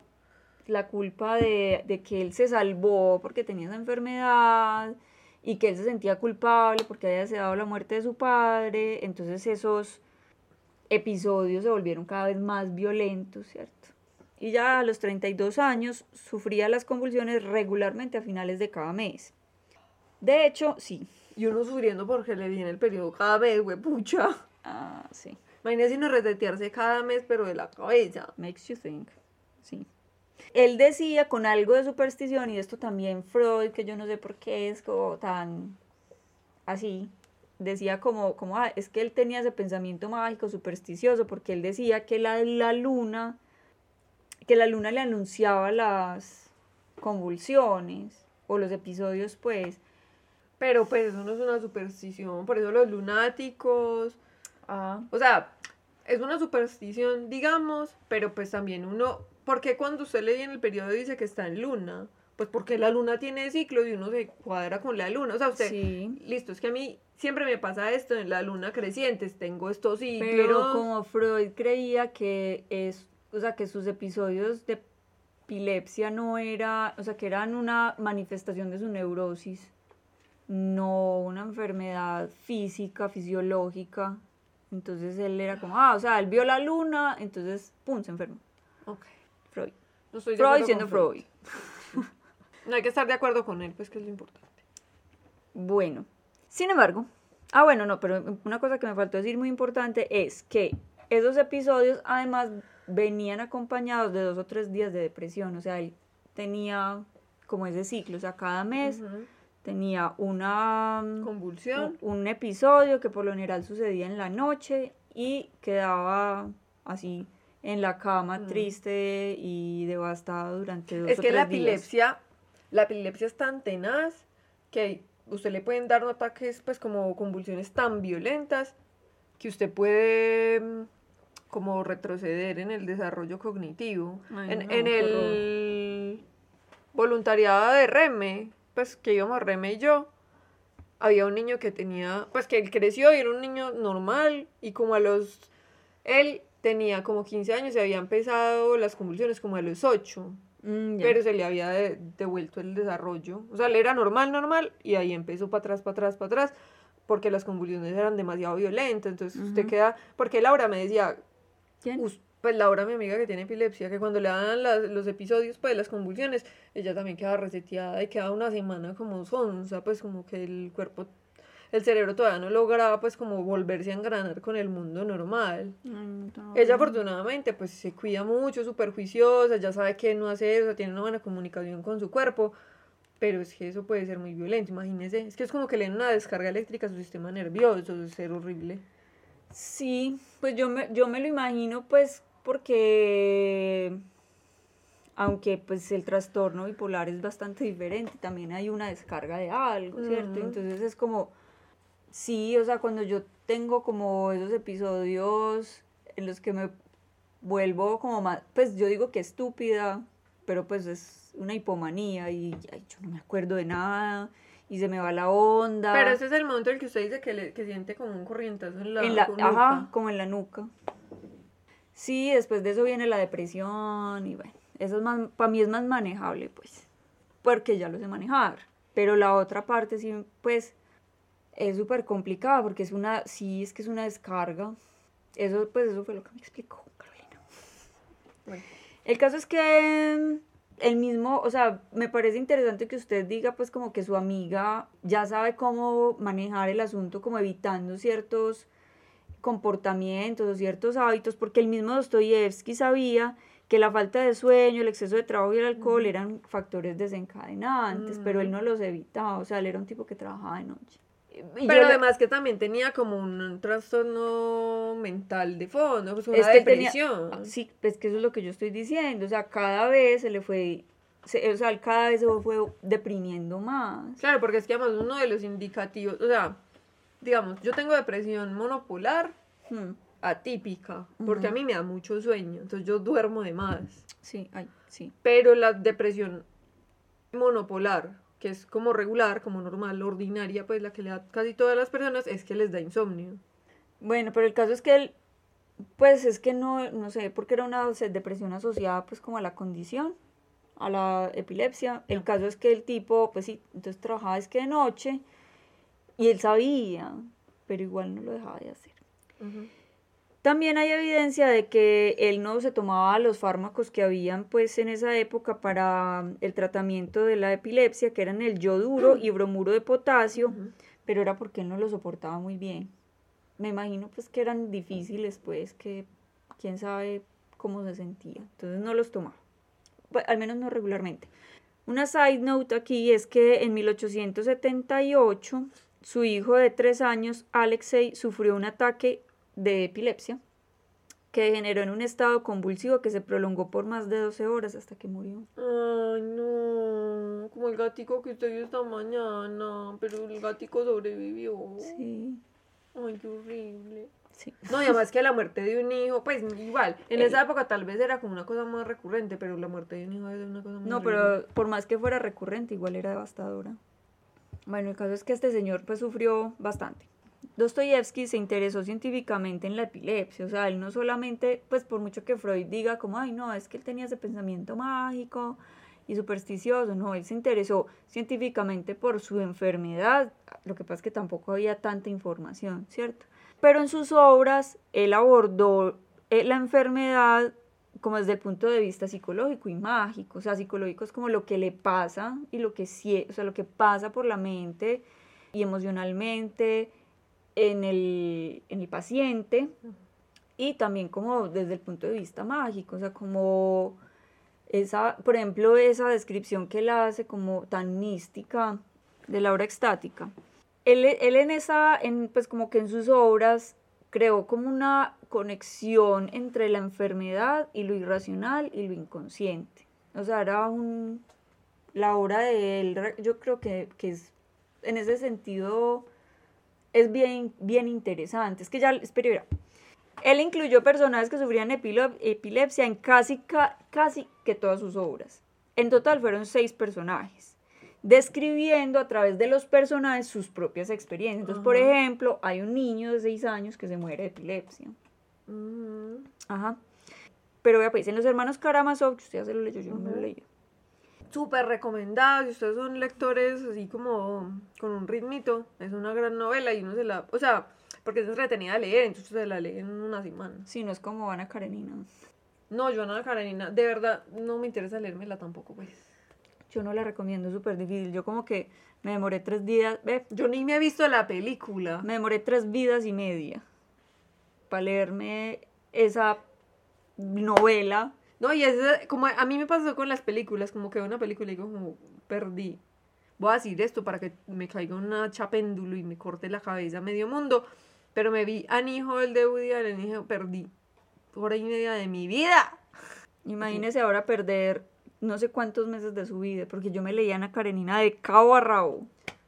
de que él se salvó porque tenía esa enfermedad y que él se sentía culpable porque había deseado la muerte de su padre, entonces esos episodios se volvieron cada vez más violentos, ¿cierto? Y ya a los 32 años sufría las convulsiones regularmente a finales de cada mes. De hecho, sí. Y uno sufriendo porque le viene el periodo cada mes, güey, pucha. Ah, sí. Imagínese no resetearse cada mes, pero de la cabeza. Makes you think. Sí. Él decía con algo de superstición, y esto también Freud, que yo no sé por qué es como tan así, decía como es que él tenía ese pensamiento mágico, supersticioso, porque él decía que la luna le anunciaba las convulsiones, o los episodios, pues. Pero pues eso no es una superstición, por eso los lunáticos, o sea, es una superstición, digamos, pero pues también uno, ¿por qué cuando usted lee en el periodo dice que está en luna? Pues porque la luna tiene ciclos y uno se cuadra con la luna, o sea, usted, sí. Listo, es que a mí siempre me pasa esto en la luna creciente, tengo estos ciclos. Pero como Freud creía que que sus episodios de epilepsia no era, o sea, que eran una manifestación de su neurosis, no una enfermedad física, fisiológica. Entonces él era como, o sea, él vio la luna, entonces, pum, se enfermó. Ok. Freud. No estoy de Freud acuerdo siendo con Freud. Freud. No hay que estar de acuerdo con él, pues que es lo importante. Bueno, sin embargo, pero una cosa que me faltó decir muy importante es que esos episodios además venían acompañados de 2 o 3 días de depresión, o sea, él tenía como ese ciclo, o sea, cada mes tenía una convulsión, un episodio que por lo general sucedía en la noche y quedaba así en la cama triste y devastado durante 2 o 3 días. Es que la epilepsia es tan tenaz que usted le pueden dar ataques pues como convulsiones tan violentas que usted puede como retroceder en el desarrollo cognitivo. En el voluntariado de Reme, pues que íbamos a Reme y yo, había un niño que tenía, pues que él creció y era un niño normal y como él tenía como 15 años y había empezado las convulsiones como a los 8. Pero se le había devuelto el desarrollo. O sea, él era normal, y ahí empezó para atrás, porque las convulsiones eran demasiado violentas. Entonces usted queda... Porque Laura me decía... ¿Quién? Pues Laura, mi amiga que tiene epilepsia, que cuando le dan los episodios, pues las convulsiones, ella también queda reseteada y queda una semana como sonsa, pues como que el cuerpo... El cerebro todavía no lograba pues como volverse a engranar con el mundo normal. Ella afortunadamente pues se cuida mucho, súper juiciosa, ya sabe qué no hacer, o sea, tiene una buena comunicación con su cuerpo, pero es que eso puede ser muy violento, imagínese. Es que es como que le den una descarga eléctrica a su sistema nervioso, es ser horrible. Sí, pues yo me lo imagino pues porque aunque pues el trastorno bipolar es bastante diferente, también hay una descarga de algo, ¿cierto? Entonces es como... Sí, o sea, cuando yo tengo como esos episodios en los que me vuelvo como más, pues yo digo que estúpida, pero pues es una hipomanía y yo no me acuerdo de nada y se me va la onda. Pero ese es el momento en el que usted dice que siente como un corrientazo en la nuca. Ajá, como en la nuca. Sí, después de eso viene la depresión y bueno, eso es más, para mí es más manejable pues, porque ya lo sé manejar, pero la otra parte sí, pues... Es súper complicada porque es una descarga. Eso fue lo que me explicó Carolina. Bueno. El caso es que el mismo, o sea, me parece interesante que usted diga pues como que su amiga ya sabe cómo manejar el asunto, como evitando ciertos comportamientos o ciertos hábitos, porque el mismo Dostoyevsky sabía que la falta de sueño, el exceso de trabajo y el alcohol eran factores desencadenantes, pero él no los evitaba, o sea, él era un tipo que trabajaba de noche. Pero además que también tenía como un trastorno mental de fondo, pues una depresión. Sí, es que eso es lo que yo estoy diciendo, o sea, cada vez se fue deprimiendo más. Claro, porque es que además uno de los indicativos, o sea, digamos, yo tengo depresión monopolar atípica, porque a mí me da mucho sueño, entonces yo duermo de más. Sí, sí. Pero la depresión monopolar que es como regular, como normal, ordinaria, pues la que le da casi todas las personas, es que les da insomnio. Bueno, pero el caso es que él, pues es que no sé, porque era una depresión asociada pues como a la condición, a la epilepsia. El caso es que el tipo, pues sí, entonces trabajaba es que de noche y él sabía, pero igual no lo dejaba de hacer. Uh-huh. También hay evidencia de que él no se tomaba los fármacos que habían pues en esa época para el tratamiento de la epilepsia, que eran el yoduro y bromuro de potasio, pero era porque él no lo soportaba muy bien. Me imagino pues que eran difíciles pues, que quién sabe cómo se sentía, entonces no los tomaba, pues, al menos no regularmente. Una side note aquí es que en 1878 su hijo de 3 años, Alexei, sufrió un ataque de epilepsia que degeneró en un estado convulsivo que se prolongó por más de 12 horas hasta que murió. Ay, no, como el gatico que usted vio esta mañana, pero el gatico sobrevivió. Sí. Ay, qué horrible. Sí. No, y además que la muerte de un hijo, pues igual, en esa época tal vez era como una cosa más recurrente, pero la muerte de un hijo es una cosa muy No, pero por más que fuera recurrente, igual era devastadora. Bueno, el caso es que este señor pues sufrió bastante. Dostoyevsky se interesó científicamente en la epilepsia, o sea, él no solamente, pues por mucho que Freud diga como, ay no, es que él tenía ese pensamiento mágico y supersticioso, no, él se interesó científicamente por su enfermedad, lo que pasa es que tampoco había tanta información, ¿cierto? Pero en sus obras él abordó la enfermedad como desde el punto de vista psicológico y mágico, o sea, psicológico es como lo que le pasa y lo que o sea, lo que pasa por la mente y emocionalmente en el paciente, y también como desde el punto de vista mágico, o sea, como esa, por ejemplo, esa descripción que él hace como tan mística de la obra extática. Él pues como que en sus obras creó como una conexión entre la enfermedad y lo irracional y lo inconsciente. O sea, la obra de él, yo creo que es, en ese sentido, es bien interesante. Es que ya, espera, él incluyó personajes que sufrían epilepsia en casi que todas sus obras. En total fueron 6 personajes, describiendo a través de los personajes sus propias experiencias. Entonces, por ejemplo, hay un niño de 6 años que se muere de epilepsia. Ajá. Pero vea, pues, en Los Hermanos Karamazov, que usted ya se lo leyó, yo no me lo he leído. Súper recomendado, si ustedes son lectores así como con un ritmito, es una gran novela y uno se la, o sea, porque es entretenida de leer, entonces se la lee en una semana. Sí, no es como Ana Karenina. No, yo Ana Karenina, de verdad, no me interesa leérmela tampoco, pues. Yo no la recomiendo, es súper difícil. Yo como que me demoré 3 días, yo ni me he visto la película. Me demoré 3 vidas y media para leerme esa novela. No, y es como a mí me pasó con las películas, como que veo una película y digo como, perdí. Voy a decir esto para que me caiga una hacha péndulo y me corte la cabeza a medio mundo. Pero me vi Annie Hall de Woody Allen y dije, perdí 1 hora y media de mi vida. Imagínese ahora perder no sé cuántos meses de su vida, porque yo me leía Ana Karenina de cabo a rabo.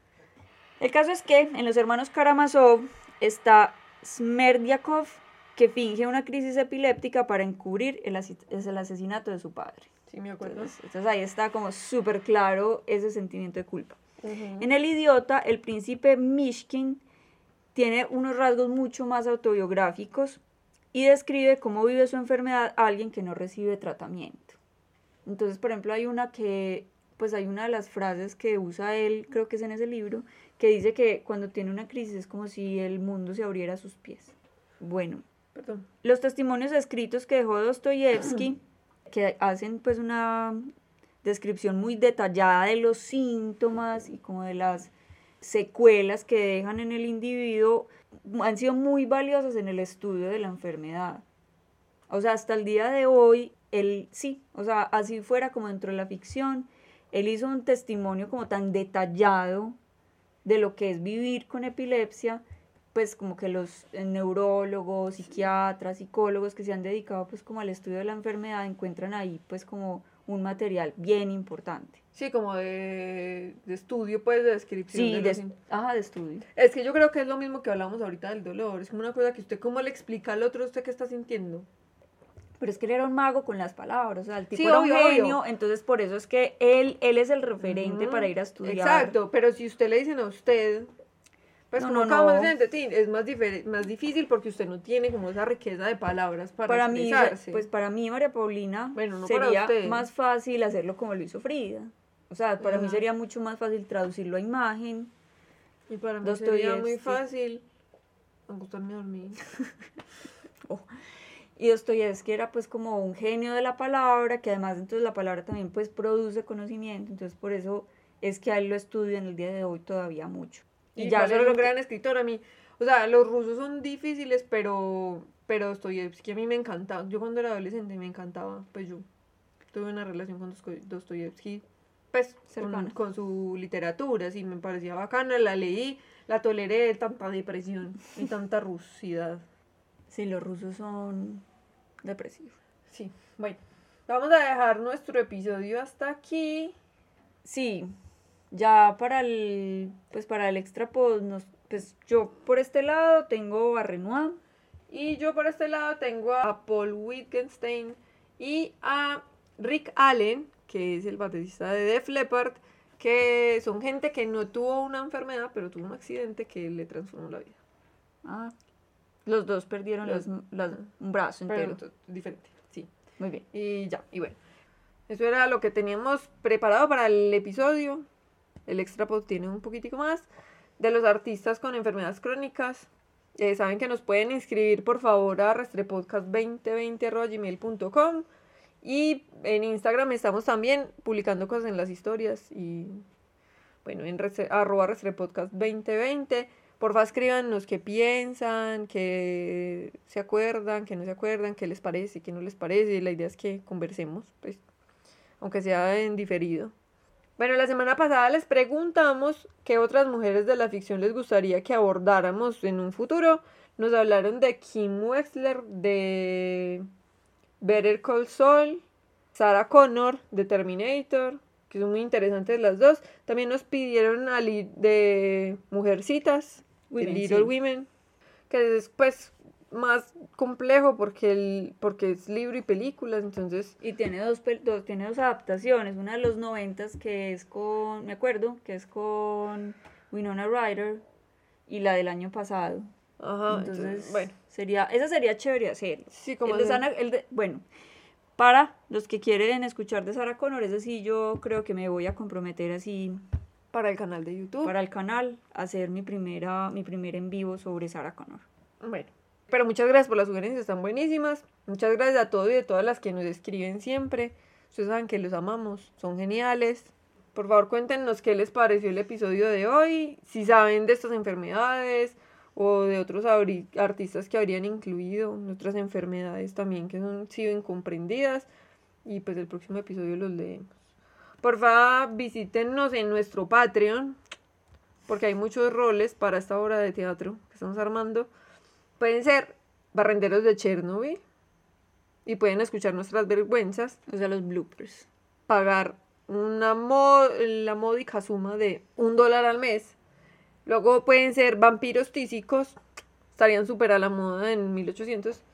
El caso es que en Los Hermanos Karamazov está Smerdyakov, que finge una crisis epiléptica para encubrir el asesinato de su padre. Sí, me acuerdo. Entonces ahí está como súper claro ese sentimiento de culpa. En El Idiota, el príncipe Mishkin tiene unos rasgos mucho más autobiográficos y describe cómo vive su enfermedad alguien que no recibe tratamiento. Entonces, por ejemplo, hay una de las frases que usa él, creo que es en ese libro, que dice que cuando tiene una crisis es como si el mundo se abriera a sus pies. Bueno, los testimonios escritos que dejó Dostoyevsky, que hacen pues una descripción muy detallada de los síntomas y como de las secuelas que dejan en el individuo, han sido muy valiosas en el estudio de la enfermedad. O sea, hasta el día de hoy, él sí, o sea, así fuera como dentro de la ficción, él hizo un testimonio como tan detallado de lo que es vivir con epilepsia, pues como que los neurólogos, psiquiatras, psicólogos que se han dedicado pues como al estudio de la enfermedad encuentran ahí pues como un material bien importante. Sí, como de estudio, pues, de descripción. Sí, de estudio. Es que yo creo que es lo mismo que hablamos ahorita del dolor. Es como una cosa que usted, ¿cómo le explica al otro a usted qué está sintiendo? Pero es que él era un mago con las palabras, o sea, el tipo Sí, era obvio, un genio, obvio. entonces por eso es que él es el referente para ir a estudiar. Exacto, pero si usted le dicen a usted, pues No, como no, cada más no. gente, es más difícil porque usted no tiene como esa riqueza de palabras para Mí, expresarse. pues para mí, María Paulina, Bueno, no para sería usted. más fácil hacerlo como lo hizo Frida. O sea, para mí Ajá. sería mucho más fácil traducirlo a imagen. Y para mí sería muy Dostoyevsky. fácil acostarme a dormir. Y Dostoyevsky era pues como un genio de la palabra, que además entonces la palabra también pues produce conocimiento, entonces por eso es que a él lo estudio en el día de hoy todavía mucho. Y ya solo solo un gran escritor a mí. O sea, los rusos son difíciles, pero Dostoyevsky a mí me encantaba. Yo cuando era adolescente me encantaba. Pues yo tuve una relación con Dostoyevsky, pues con su literatura, sí, me parecía bacana, la leí, la toleré de tanta depresión y tanta rusidad. Sí, los rusos son depresivos. Sí, bueno, vamos a dejar nuestro episodio hasta aquí. Sí, ya para el extra pues yo por este lado tengo a Renoir. Y yo por este lado tengo a Paul Wittgenstein y a Rick Allen, que es el baterista de Def Leppard, que son gente que no tuvo una enfermedad, pero tuvo un accidente que le transformó la vida. Ah, los dos perdieron un brazo entero. Pero diferente, sí. Muy bien. Y ya, y bueno. Eso era lo que teníamos preparado para el episodio. El extra pod tiene un poquitico más de los artistas con enfermedades crónicas. Saben que nos pueden inscribir por favor a rastrepodcast2020@gmail.com y en Instagram estamos también publicando cosas en las historias y bueno, en @rastrepodcast2020. Porfa, escríbanos qué piensan, qué se acuerdan, qué no se acuerdan, qué les parece, qué no les parece. La idea es que conversemos, pues, aunque sea en diferido. Bueno, la semana pasada les preguntamos qué otras mujeres de la ficción les gustaría que abordáramos en un futuro. Nos hablaron de Kim Wexler, de Better Call Saul, Sarah Connor, de Terminator, que son muy interesantes las dos. También nos pidieron de Mujercitas, de Little Women, que es pues más complejo porque es libro y películas, entonces... Y tiene tiene dos adaptaciones, una de los 90 que es con, me acuerdo, que es con Winona Ryder, y la del año pasado. Ajá, entonces bueno. esa sería chévere hacerlo. Sí, como bueno, para los que quieren escuchar de Sarah Connor, ese sí yo creo que me voy a comprometer así... Para el canal de YouTube. Para el canal, hacer mi primer en vivo sobre Sarah Connor. Bueno. Pero muchas gracias por las sugerencias, están buenísimas. Muchas gracias a todos y a todas las que nos escriben siempre. Ustedes saben que los amamos, son geniales. Por favor, cuéntenos qué les pareció el episodio de hoy, si saben de estas enfermedades o de otros artistas que habrían incluido otras enfermedades también que han sido incomprendidas. Y pues el próximo episodio los leemos. Por favor, visítennos en nuestro Patreon, porque hay muchos roles para esta obra de teatro que estamos armando. Pueden ser barrenderos de Chernobyl y pueden escuchar nuestras vergüenzas. O sea, los bloopers. Pagar la módica suma de $1 al mes. Luego pueden ser vampiros tísicos. Estarían súper a la moda en 1800.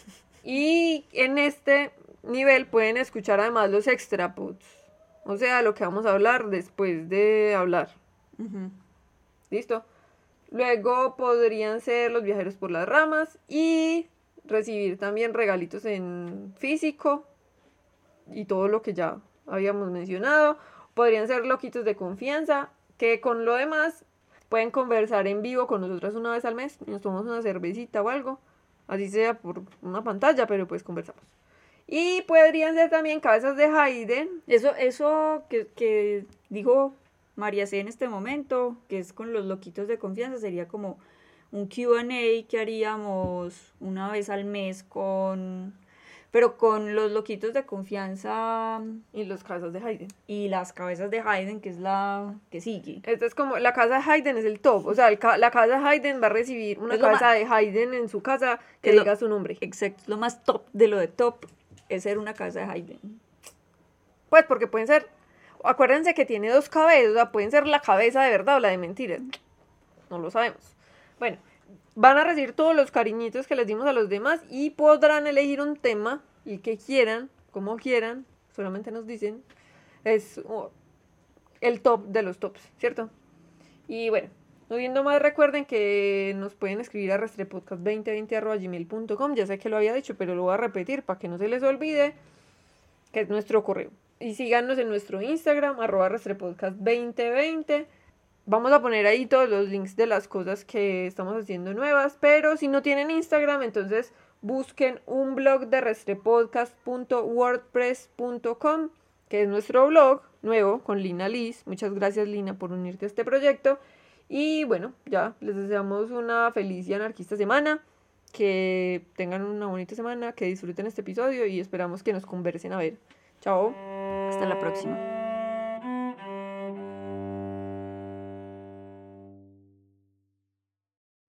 Y en este nivel pueden escuchar además los extra pods. O sea, lo que vamos a hablar después de hablar. Uh-huh. ¿Listo? Luego podrían ser los viajeros por las ramas y recibir también regalitos en físico y todo lo que ya habíamos mencionado. Podrían ser loquitos de confianza, que con lo demás pueden conversar en vivo con nosotras una vez al mes. Nos tomamos una cervecita o algo, así sea por una pantalla, pero pues conversamos. Y podrían ser también cabezas de Haydn. Eso que dijo María C en este momento, que es con los loquitos de confianza, sería como un Q&A que haríamos una vez al mes pero con los loquitos de confianza y los cabezas de Haydn. Y las cabezas de Haydn, que es la que sigue. Esta es como, la casa de Haydn es el top, o sea, la casa de Haydn va a recibir una cabeza de Haydn en su casa que diga su nombre. Exacto, lo más top de lo de top es ser una cabeza de Haydn. Pues porque pueden ser, acuérdense que tiene 2 cabezas, o sea, pueden ser la cabeza de verdad o la de mentira. No lo sabemos. Bueno, van a recibir todos los cariñitos que les dimos a los demás y podrán elegir un tema, el que quieran, como quieran, solamente nos dicen, es el top de los tops, ¿cierto? Y bueno, no viendo más, recuerden que nos pueden escribir a rastrepodcast2020@gmail.com. Ya sé que lo había dicho, pero lo voy a repetir para que no se les olvide, que es nuestro correo. Y síganos en nuestro Instagram, @rastrepodcast2020. Vamos a poner ahí todos los links de las cosas que estamos haciendo nuevas, pero si no tienen Instagram, entonces busquen un blog de rastrepodcast.wordpress.com, que es nuestro blog nuevo con Lina Liz. Muchas gracias, Lina, por unirte a este proyecto. Y bueno, ya les deseamos una feliz y anarquista semana, que tengan una bonita semana, que disfruten este episodio y esperamos que nos conversen a ver. Chao. Hasta la próxima.